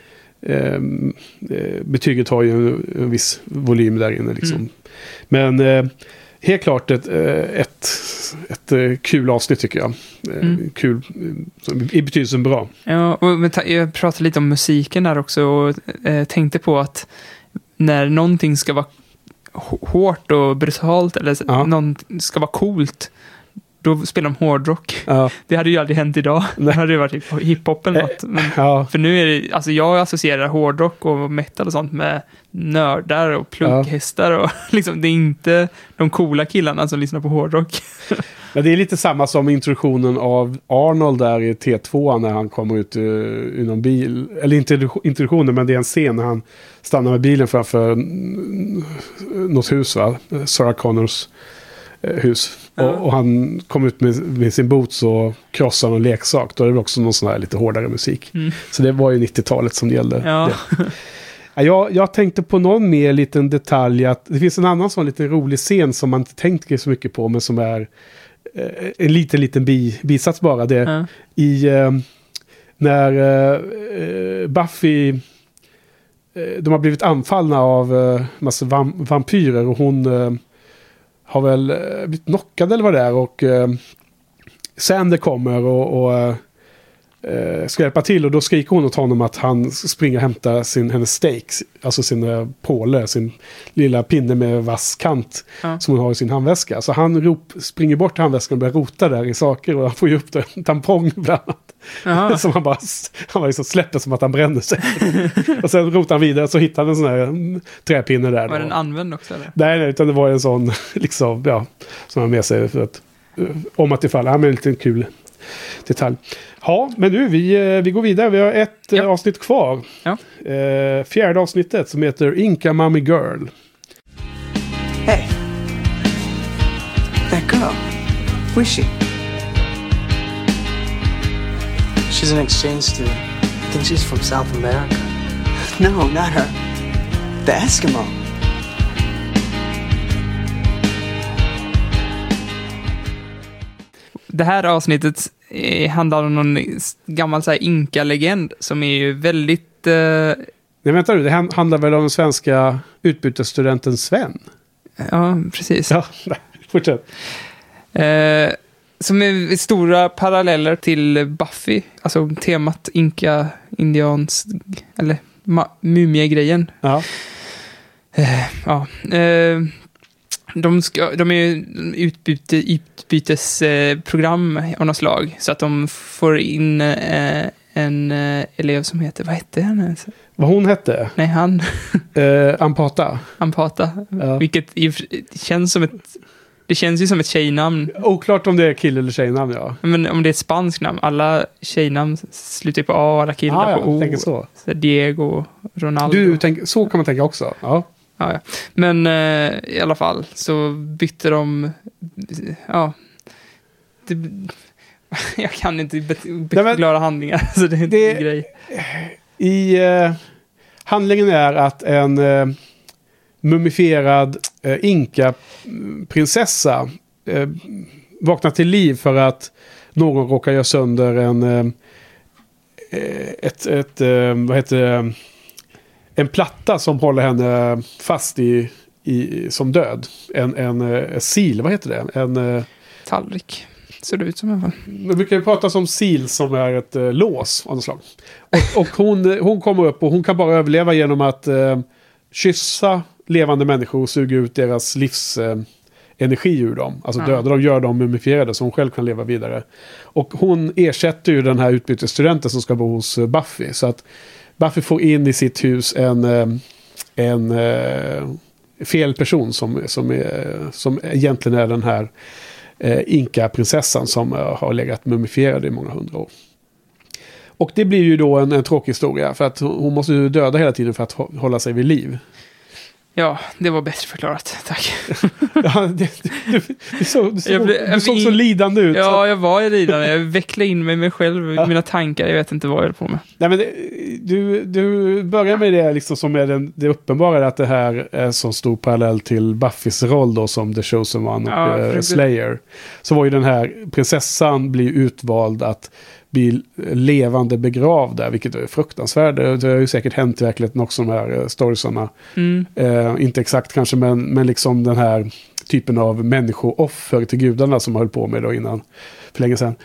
betyget har ju en viss volym där inne liksom. Men helt klart ett kul avsnitt tycker jag. Kul, i betydelsen bra. Ja, och jag pratade lite om musiken där också och tänkte på att när någonting ska vara hårt och brutalt eller någon ska vara coolt, då spelar de hårdrock. Ja. Det hade ju aldrig hänt idag. Det hade ju varit hiphop eller något. Men, för nu är det, alltså jag associerar hårdrock och metal och sånt med nördar och plugghästar och liksom, det är inte de coola killarna som lyssnar på hårdrock. Ja, det är lite samma som introduktionen av Arnold där i T2 när han kommer ut ur någon bil. Eller inte introduktionen, men det är en scen när han stannar med bilen framför något hus, va? Sarah Connors hus. Och han kom ut med sin boots och krossar någon leksak. Då är det också någon sån här lite hårdare musik. Så det var ju 90-talet som gällde. Ja. Jag tänkte på någon mer liten detalj, att det finns en annan sån liten rolig scen som man inte tänker så mycket på, men som är en liten bisats bara. Det när Buffy de har blivit anfallna av massa vampyrer och hon har väl blivit knockad eller vad det är, och Sander kommer och ska hjälpa till, och då skriker hon åt honom att han springer och hämtar hennes stakes, alltså sin påle, sin lilla pinne med vass kant som hon har i sin handväska. Så han springer bort till handväskan och börjar rota där i saker, och han får ju upp en tampong bland annat. Som han bara liksom släpper som att han bränner sig. Och sen rotar han vidare, så hittar han en sån här träpinne där. Var den använd också eller? Nej, utan det var en sån liksom, som han med sig för att om att det faller. Han är en liten kul detalj. Ja, men nu vi går vidare. Vi har ett avsnitt kvar. Ja. Fjärde avsnittet som heter Inca Mommy Girl. Hey. That girl. Who is she? She's an exchange student. I think she's from South America. No, not her. The Eskimo. Det här avsnittet handlar om någon gammal så här inka-legend som är ju väldigt Nej, vänta nu. Det handlar väl om den svenska utbytesstudenten Sven? Ja, precis. Ja, fortsätt. Som är stora paralleller till Buffy. Alltså temat indians eller mumie-grejen. Ja. De är utbytesprogram av något slag. Så att de får in en elev som heter, vad hette han? Vad hon hette? Nej, han. Ampata. Ja. Vilket känns som det känns ju som ett tjejnamn. Oklart om det är kill- eller tjejnamn, ja. Men om det är ett spanskt namn, alla tjejnamn slutar på A, alla killar på O. Så. Diego, Ronaldo. Så kan man tänka också. Ja. Ja. Men i alla fall så bytte de... Ja. Jag kan inte förklara handlingar. Så det är en grej. Handlingen är att en mumifierad inka-prinsessa vaknar till liv för att någon råkar göra sönder en platta som håller henne fast som död. En sil, vad heter det? En tallrik. Ser det ut som i alla fall. Vi brukar ju prata om sil som är ett lås av något slag. Och hon kommer upp och hon kan bara överleva genom att kyssa levande människor och suga ut deras livsenergi ur dem. Alltså döda dem, gör dem mumifierade så hon själv kan leva vidare. Och hon ersätter ju den här utbytesstudenten som ska bo hos Buffy. Så att Buffy får in i sitt hus en fel person som egentligen är den här Inka-prinsessan som har legat mumifierad i många hundra år. Och det blir ju då en tråkig historia för att hon måste ju döda hela tiden för att hålla sig vid liv. Ja, det var bättre förklarat. Tack. Ja, du såg så lidande ut. Ja, jag var lidande. Jag vecklade in mig själv i mina tankar. Jag vet inte vad jag höll på med. Nej, men du börjar med det liksom som är det uppenbara att det här är så stor parallell till Buffys roll då som The Chosen One och Slayer. Så var ju den här prinsessan blir utvald att bli levande begravd där, vilket är fruktansvärt. Det har ju säkert hänt i verkligheten också, de här storiesarna. Inte exakt kanske, men liksom den här typen av människooffer till gudarna som man höll på med då innan, för länge sedan.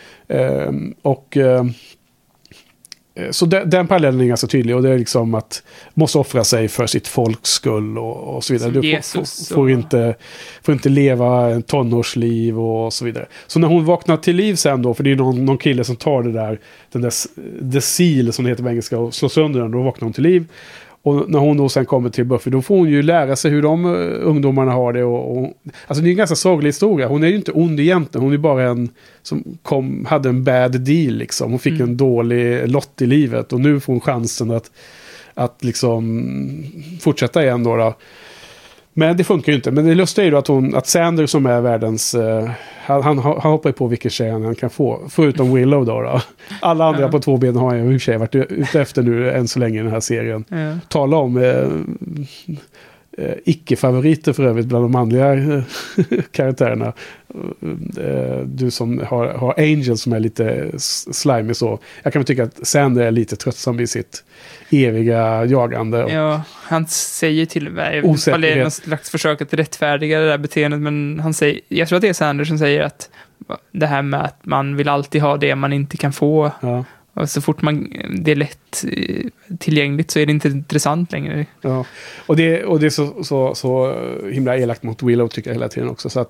Så den parallellen är ganska tydlig och det är liksom att måste offra sig för sitt folks skull och så vidare. Som du Jesus får inte leva en tonårsliv och så vidare. Så när hon vaknar till liv sen då, för det är någon kille som tar den där the seal som det heter på engelska och slår sönder den, då vaknar hon till liv. Och när hon då sen kommer till Buffy, då får hon ju lära sig hur de ungdomarna har det. Alltså det är en ganska sorglig historia. Hon är ju inte ond egentligen. Hon är bara en som hade en bad deal liksom. Hon fick en dålig lott i livet. Och nu får hon chansen att liksom fortsätta igen då. Men det funkar ju inte. Men det lustiga är ju att Sander som är världens... Han hoppar ju på vilken tjej han kan få. Förutom Willow då. Alla andra på två ben har ju tjej varit ute efter nu än så länge i den här serien. Ja. Tala om icke-favoriter för övrigt bland de manliga karaktärerna. Du som har Angel som är lite slimy så. Jag kan väl tycka att Sander är lite tröttsam i sitt eviga jagande. Ja, han säger till mig ifall det är något slags försök att rättfärdiga det där beteendet, men han säger, jag tror att det är Sander som säger att det här med att man vill alltid ha det man inte kan få. Ja. Och så fort det är lätt tillgängligt så är det inte intressant längre. Ja. Och det är så himla elakt mot Willow tycker jag hela tiden också. Så att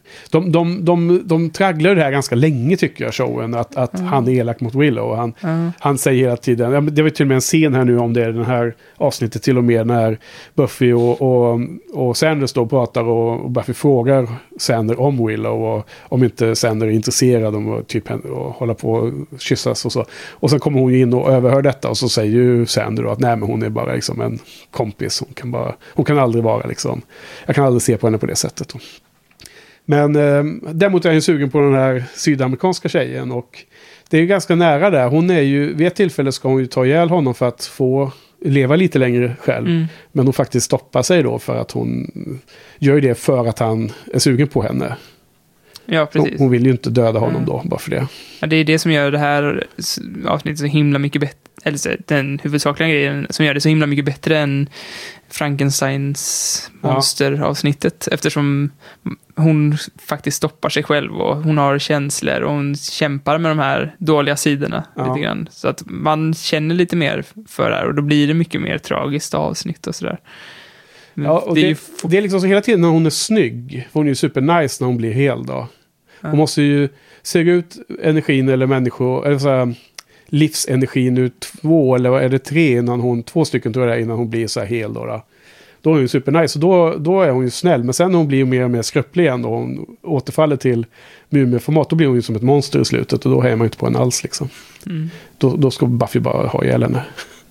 de tragglar det här ganska länge tycker jag, showen. Att han är elak mot Willow. Han säger hela tiden, det var till och med en scen här nu om det, den här avsnittet till och med när Buffy och Sander då pratar och Buffy frågar Sander om Willow och om inte Sander är intresserad om att typ hålla på och kyssas och så. Och sen kommer hon in och överhör detta och så säger ju Sander då att nej, men hon är bara liksom en kompis. Hon kan aldrig vara liksom, jag kan aldrig se på henne på det sättet. Men däremot är jag ju sugen på den här sydamerikanska tjejen och det är ju ganska nära där. Hon är ju, vid ett tillfälle ska hon ju ta ihjäl honom för att få leva lite längre själv. Men hon faktiskt stoppar sig då för att hon gör det för att han är sugen på henne. Ja, precis. Hon vill ju inte döda honom då, bara för det. Ja, det är det som gör det här avsnittet så himla mycket eller den huvudsakliga grejen som gör det så himla mycket bättre än Frankensteins monsteravsnittet, eftersom hon faktiskt stoppar sig själv och hon har känslor och hon kämpar med de här dåliga sidorna lite grann. Så att man känner lite mer för det här och då blir det mycket mer tragiskt avsnitt och sådär. Ja, och det är liksom så hela tiden när hon är snygg, hon är ju super nice när hon blir hel då. Hon måste ju suga ut energin eller människor, eller så här, livsenergin ur 2 eller är det 3 innan hon, 2 stycken tror jag innan hon blir så här hel då. Då är hon ju super nice och då är hon ju snäll, men sen när hon blir mer och mer skröplig igen och hon återfaller till mumieformat, då blir hon ju som ett monster i slutet och då är man ju inte på en alls liksom. Då ska Buffy bara ha ihjäl henne.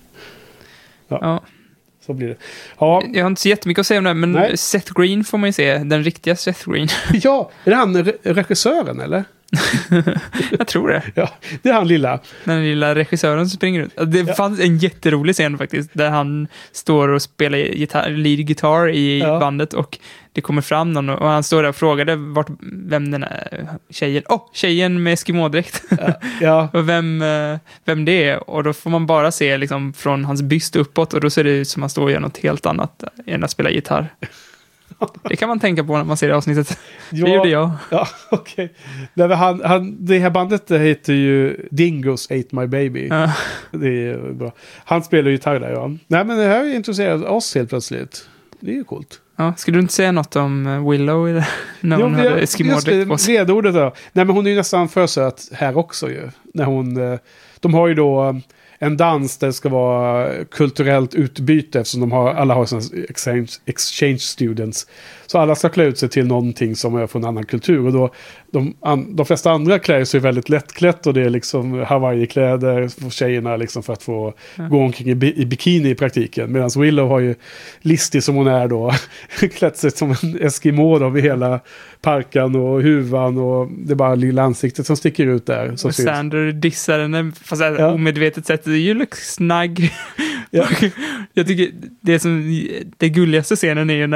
Ja. Så blir det. Ja. Jag har inte så jättemycket att säga om det, men Seth Green får man ju se, den riktiga Seth Green. Ja, är det han regissören eller? Jag tror det. Ja, det är han lilla. Den lilla regissören som springer ut. Det fanns en jätterolig scen faktiskt, där han står och spelar lead guitar i bandet och det kommer fram någon och han står där och frågade vem den är tjejen med eskimodräkt. Ja. Och vem det är. Och då får man bara se liksom från hans byst uppåt och då ser det ut som att han står och gör något helt annat än att spela gitarr. Det kan man tänka på när man ser det avsnittet. Det gjorde jag. Ja, okej. Det här bandet heter ju Dingoes Ate My Baby. Ja. Det är bra. Han spelar gitarr där, ja. Nej, men det här är intresserat oss helt plötsligt. Det är ju coolt. Ja, skulle du inte säga något om Willow i det? När hon hade eskimodräkt på sig? Ledordet då. Nej, men hon är ju nästan för söt här också ju. När hon... De har ju då... en dans där det ska vara kulturellt utbyte eftersom alla har såna exchange students. Så alla ska klä ut sig till någonting som är från en annan kultur. Och då, de flesta andra klär sig väldigt lättklätt och det är liksom Hawaii-kläder för tjejerna liksom för att få gå omkring i bikini i praktiken. Medan Willow har ju listig som hon är då klätt sig som en eskimo då vid hela parken och huvan och det är bara lilla ansiktet som sticker ut där. Och Sander dissar henne fast omedvetet sätt. You look snug. Ja. Jag tycker det gulligaste scenen är ju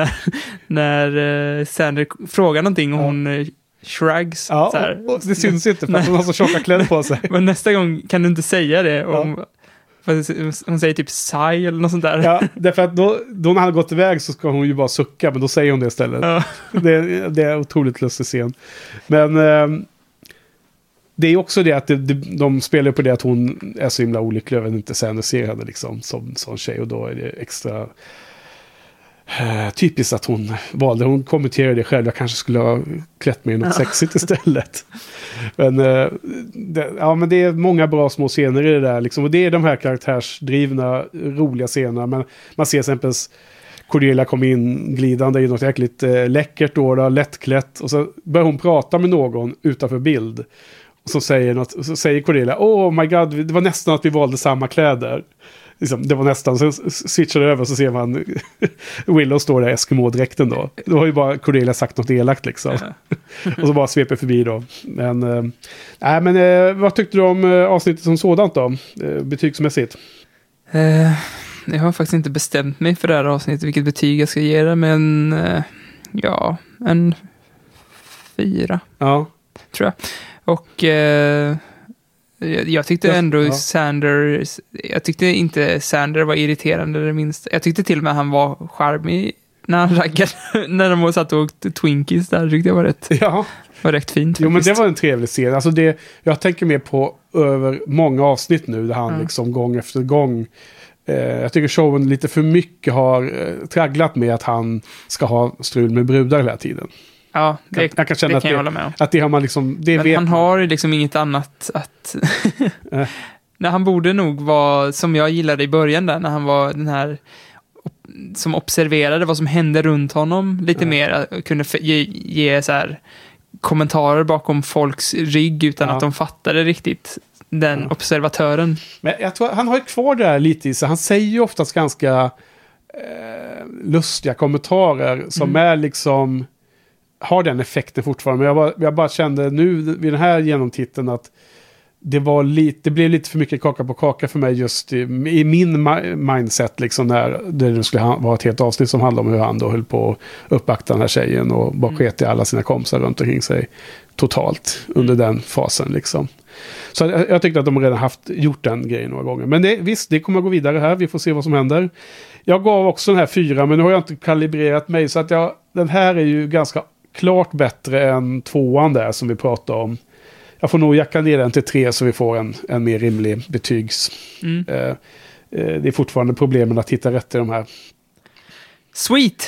när Sander frågar någonting och hon shrugs. Ja, så här. Och det syns inte för att hon har så tjocka kläder på sig. Men nästa gång kan du inte säga det om... Hon säger typ sigh eller något sånt där. Ja, därför att då när han har gått iväg så ska hon ju bara sucka, men då säger hon det istället. Ja. Det är otroligt lustig scen. Men det är också det att de spelar på det att hon är så himla olycklig över att inte Sander ser henne liksom, som tjej, och då är det extra typiskt att hon kommenterar det själv. Jag kanske skulle ha klätt mig i något sexigt istället. Men men det är många bra små scener i det där liksom, och det är de här karaktärsdrivna roliga scenerna, men man ser exempel Cordelia kom in glidande i något jäkligt läckert då, lättklätt, och så börjar hon prata med någon utanför bild och så säger Cordelia, oh my god, det var nästan att vi valde samma kläder. Liksom, det var nästan, så switchar det över så ser man Willow står där i eskimodräkten då. Då har ju bara Cordelia sagt något elakt liksom. Och så bara sveper förbi då. Men, vad tyckte du om avsnittet som sådant då? Betygsmässigt? Jag har faktiskt inte bestämt mig för det här avsnittet, vilket betyg jag ska ge det, men en 4. Ja. Tror jag. Och jag tyckte ändå jag tyckte inte Sander var irriterande det minst. Jag tyckte till och med han var charmig när han raggade, när de satt och åkte Twinkies där, tyckte jag var rätt fint. Jo, men det var en trevlig scen. Alltså jag tänker mer på över många avsnitt nu där han liksom gång efter gång jag tycker showen lite för mycket har tragglat med att han ska ha strul med brudar hela tiden. Ja, jag kan känna jag hålla med om. Att det har man liksom... Men han har liksom inget annat att... Nej, han borde nog vara, som jag gillade i början där, när han var den här som observerade vad som hände runt honom lite mer, kunde ge så här kommentarer bakom folks rygg utan att de fattade riktigt den observatören. Men jag tror han har ju kvar det här lite i sig. Han säger ju oftast ganska lustiga kommentarer som är liksom har den effekten fortfarande. Men jag bara kände nu vid den här genomtiteln att det blev lite för mycket kaka på kaka för mig just i min mindset liksom, när det skulle vara ett helt avsnitt som handlar om hur han då höll på att uppvakta den här tjejen och bara sket i alla sina kompisar runt omkring sig totalt under den fasen liksom. Så jag tyckte att de redan gjort den grejen några gånger. Men visst, det kommer att gå vidare här. Vi får se vad som händer. Jag gav också den här 4, men nu har jag inte kalibrerat mig. Så att den här är ju ganska klart bättre än 2:an där som vi pratade om. Jag får nog jacka ner den till 3 så vi får en mer rimlig betygs. Det är fortfarande problemen att hitta rätt i de här. Sweet.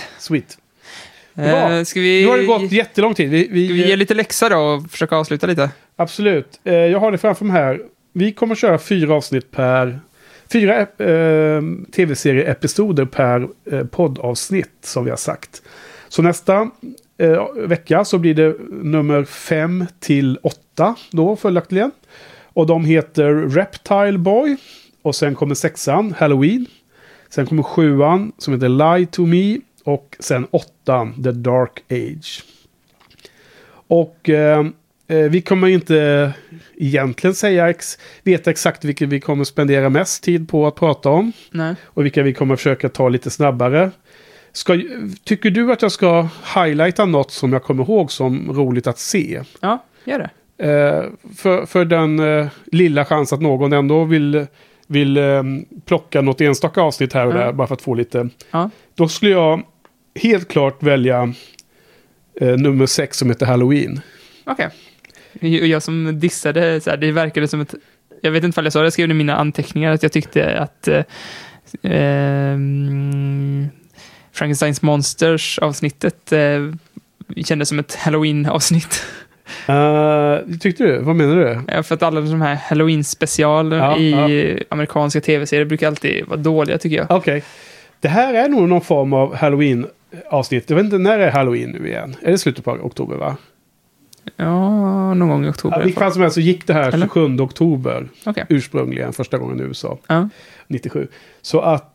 Nu har det gått jättelång tid. Vi ger lite läxa då och försöka avsluta lite. Absolut. Jag har det framför mig här. Vi kommer köra 4 avsnitt per... 4 tv-serieepisoder per poddavsnitt som vi har sagt. Så nästa vecka så blir det nummer 5 till 8 då följaktligen. Och de heter Reptile Boy. Och sen kommer 6:an, Halloween. Sen kommer 7:an som heter Lie to Me. Och sen 8:an, The Dark Age. Och vi kommer inte egentligen veta exakt vilka vi kommer spendera mest tid på att prata om. Nej. Och vilka vi kommer försöka ta lite snabbare. Tycker du att jag ska highlighta något som jag kommer ihåg som roligt att se? Ja, gör det. För den lilla chans att någon ändå vill plocka något enstaka avsnitt här och där bara för att få lite. Ja. Då skulle jag helt klart välja nummer 6 som heter Halloween. Okej. Jag som dissade, så här, det verkade som ett... Jag vet inte om jag sa det, jag skrev i mina anteckningar att jag tyckte att Frankensteins Monsters avsnittet kändes som ett Halloween-avsnitt. Tyckte du? Vad menar du? Ja, för att alla de här Halloween-special i amerikanska tv-serier brukar alltid vara dåliga, tycker jag. Okej. Det här är nog någon form av Halloween-avsnitt. Jag vet inte när är Halloween nu igen. Är det slutet på oktober, va? Ja, någon gång i oktober. I fall som helst så gick det här 27 oktober. Okay. Ursprungligen, första gången i USA. 97. Så att...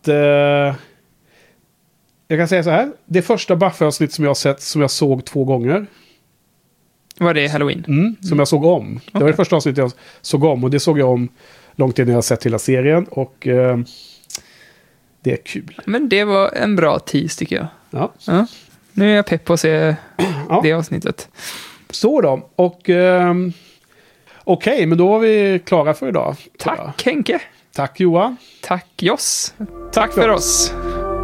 jag kan säga så här. Det första Buffy-avsnitt som jag har sett, som jag såg 2 gånger. Var det Halloween? Som jag såg om. Det var det första avsnittet jag såg om. Och det såg jag om långt innan jag sett hela serien. Och det är kul. Men det var en bra tease, tycker jag. Ja. Nu är jag pepp på att se det avsnittet. Så då. Och okej, men då var vi klara för idag. Tack Henke. Tack Johan. Tack Joss. Tack för oss.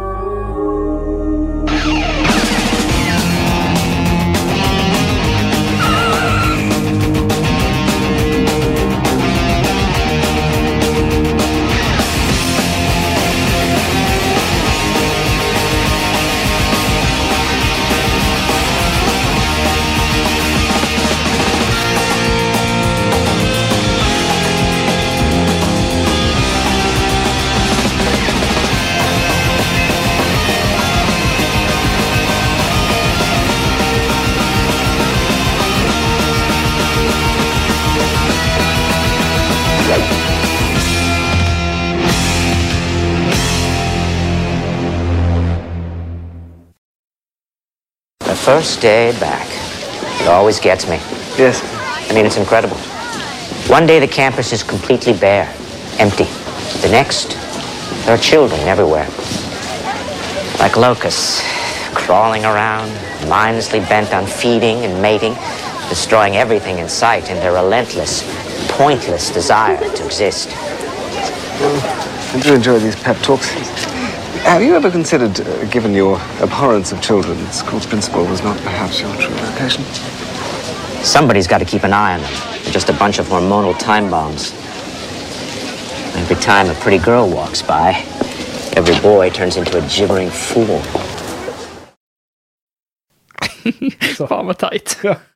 First day back. It always gets me. Yes. I mean, it's incredible. One day the campus is completely bare, empty. The next, there are children everywhere. Like locusts, crawling around, mindlessly bent on feeding and mating, destroying everything in sight in their relentless, pointless desire to exist. I do enjoy these pep talks. Have you ever considered, given your abhorrence of children, that school's principal was not perhaps your true vocation? Somebody's got to keep an eye on them. They're just a bunch of hormonal time bombs. Every time a pretty girl walks by, every boy turns into a gibbering fool. Fan vad tajt.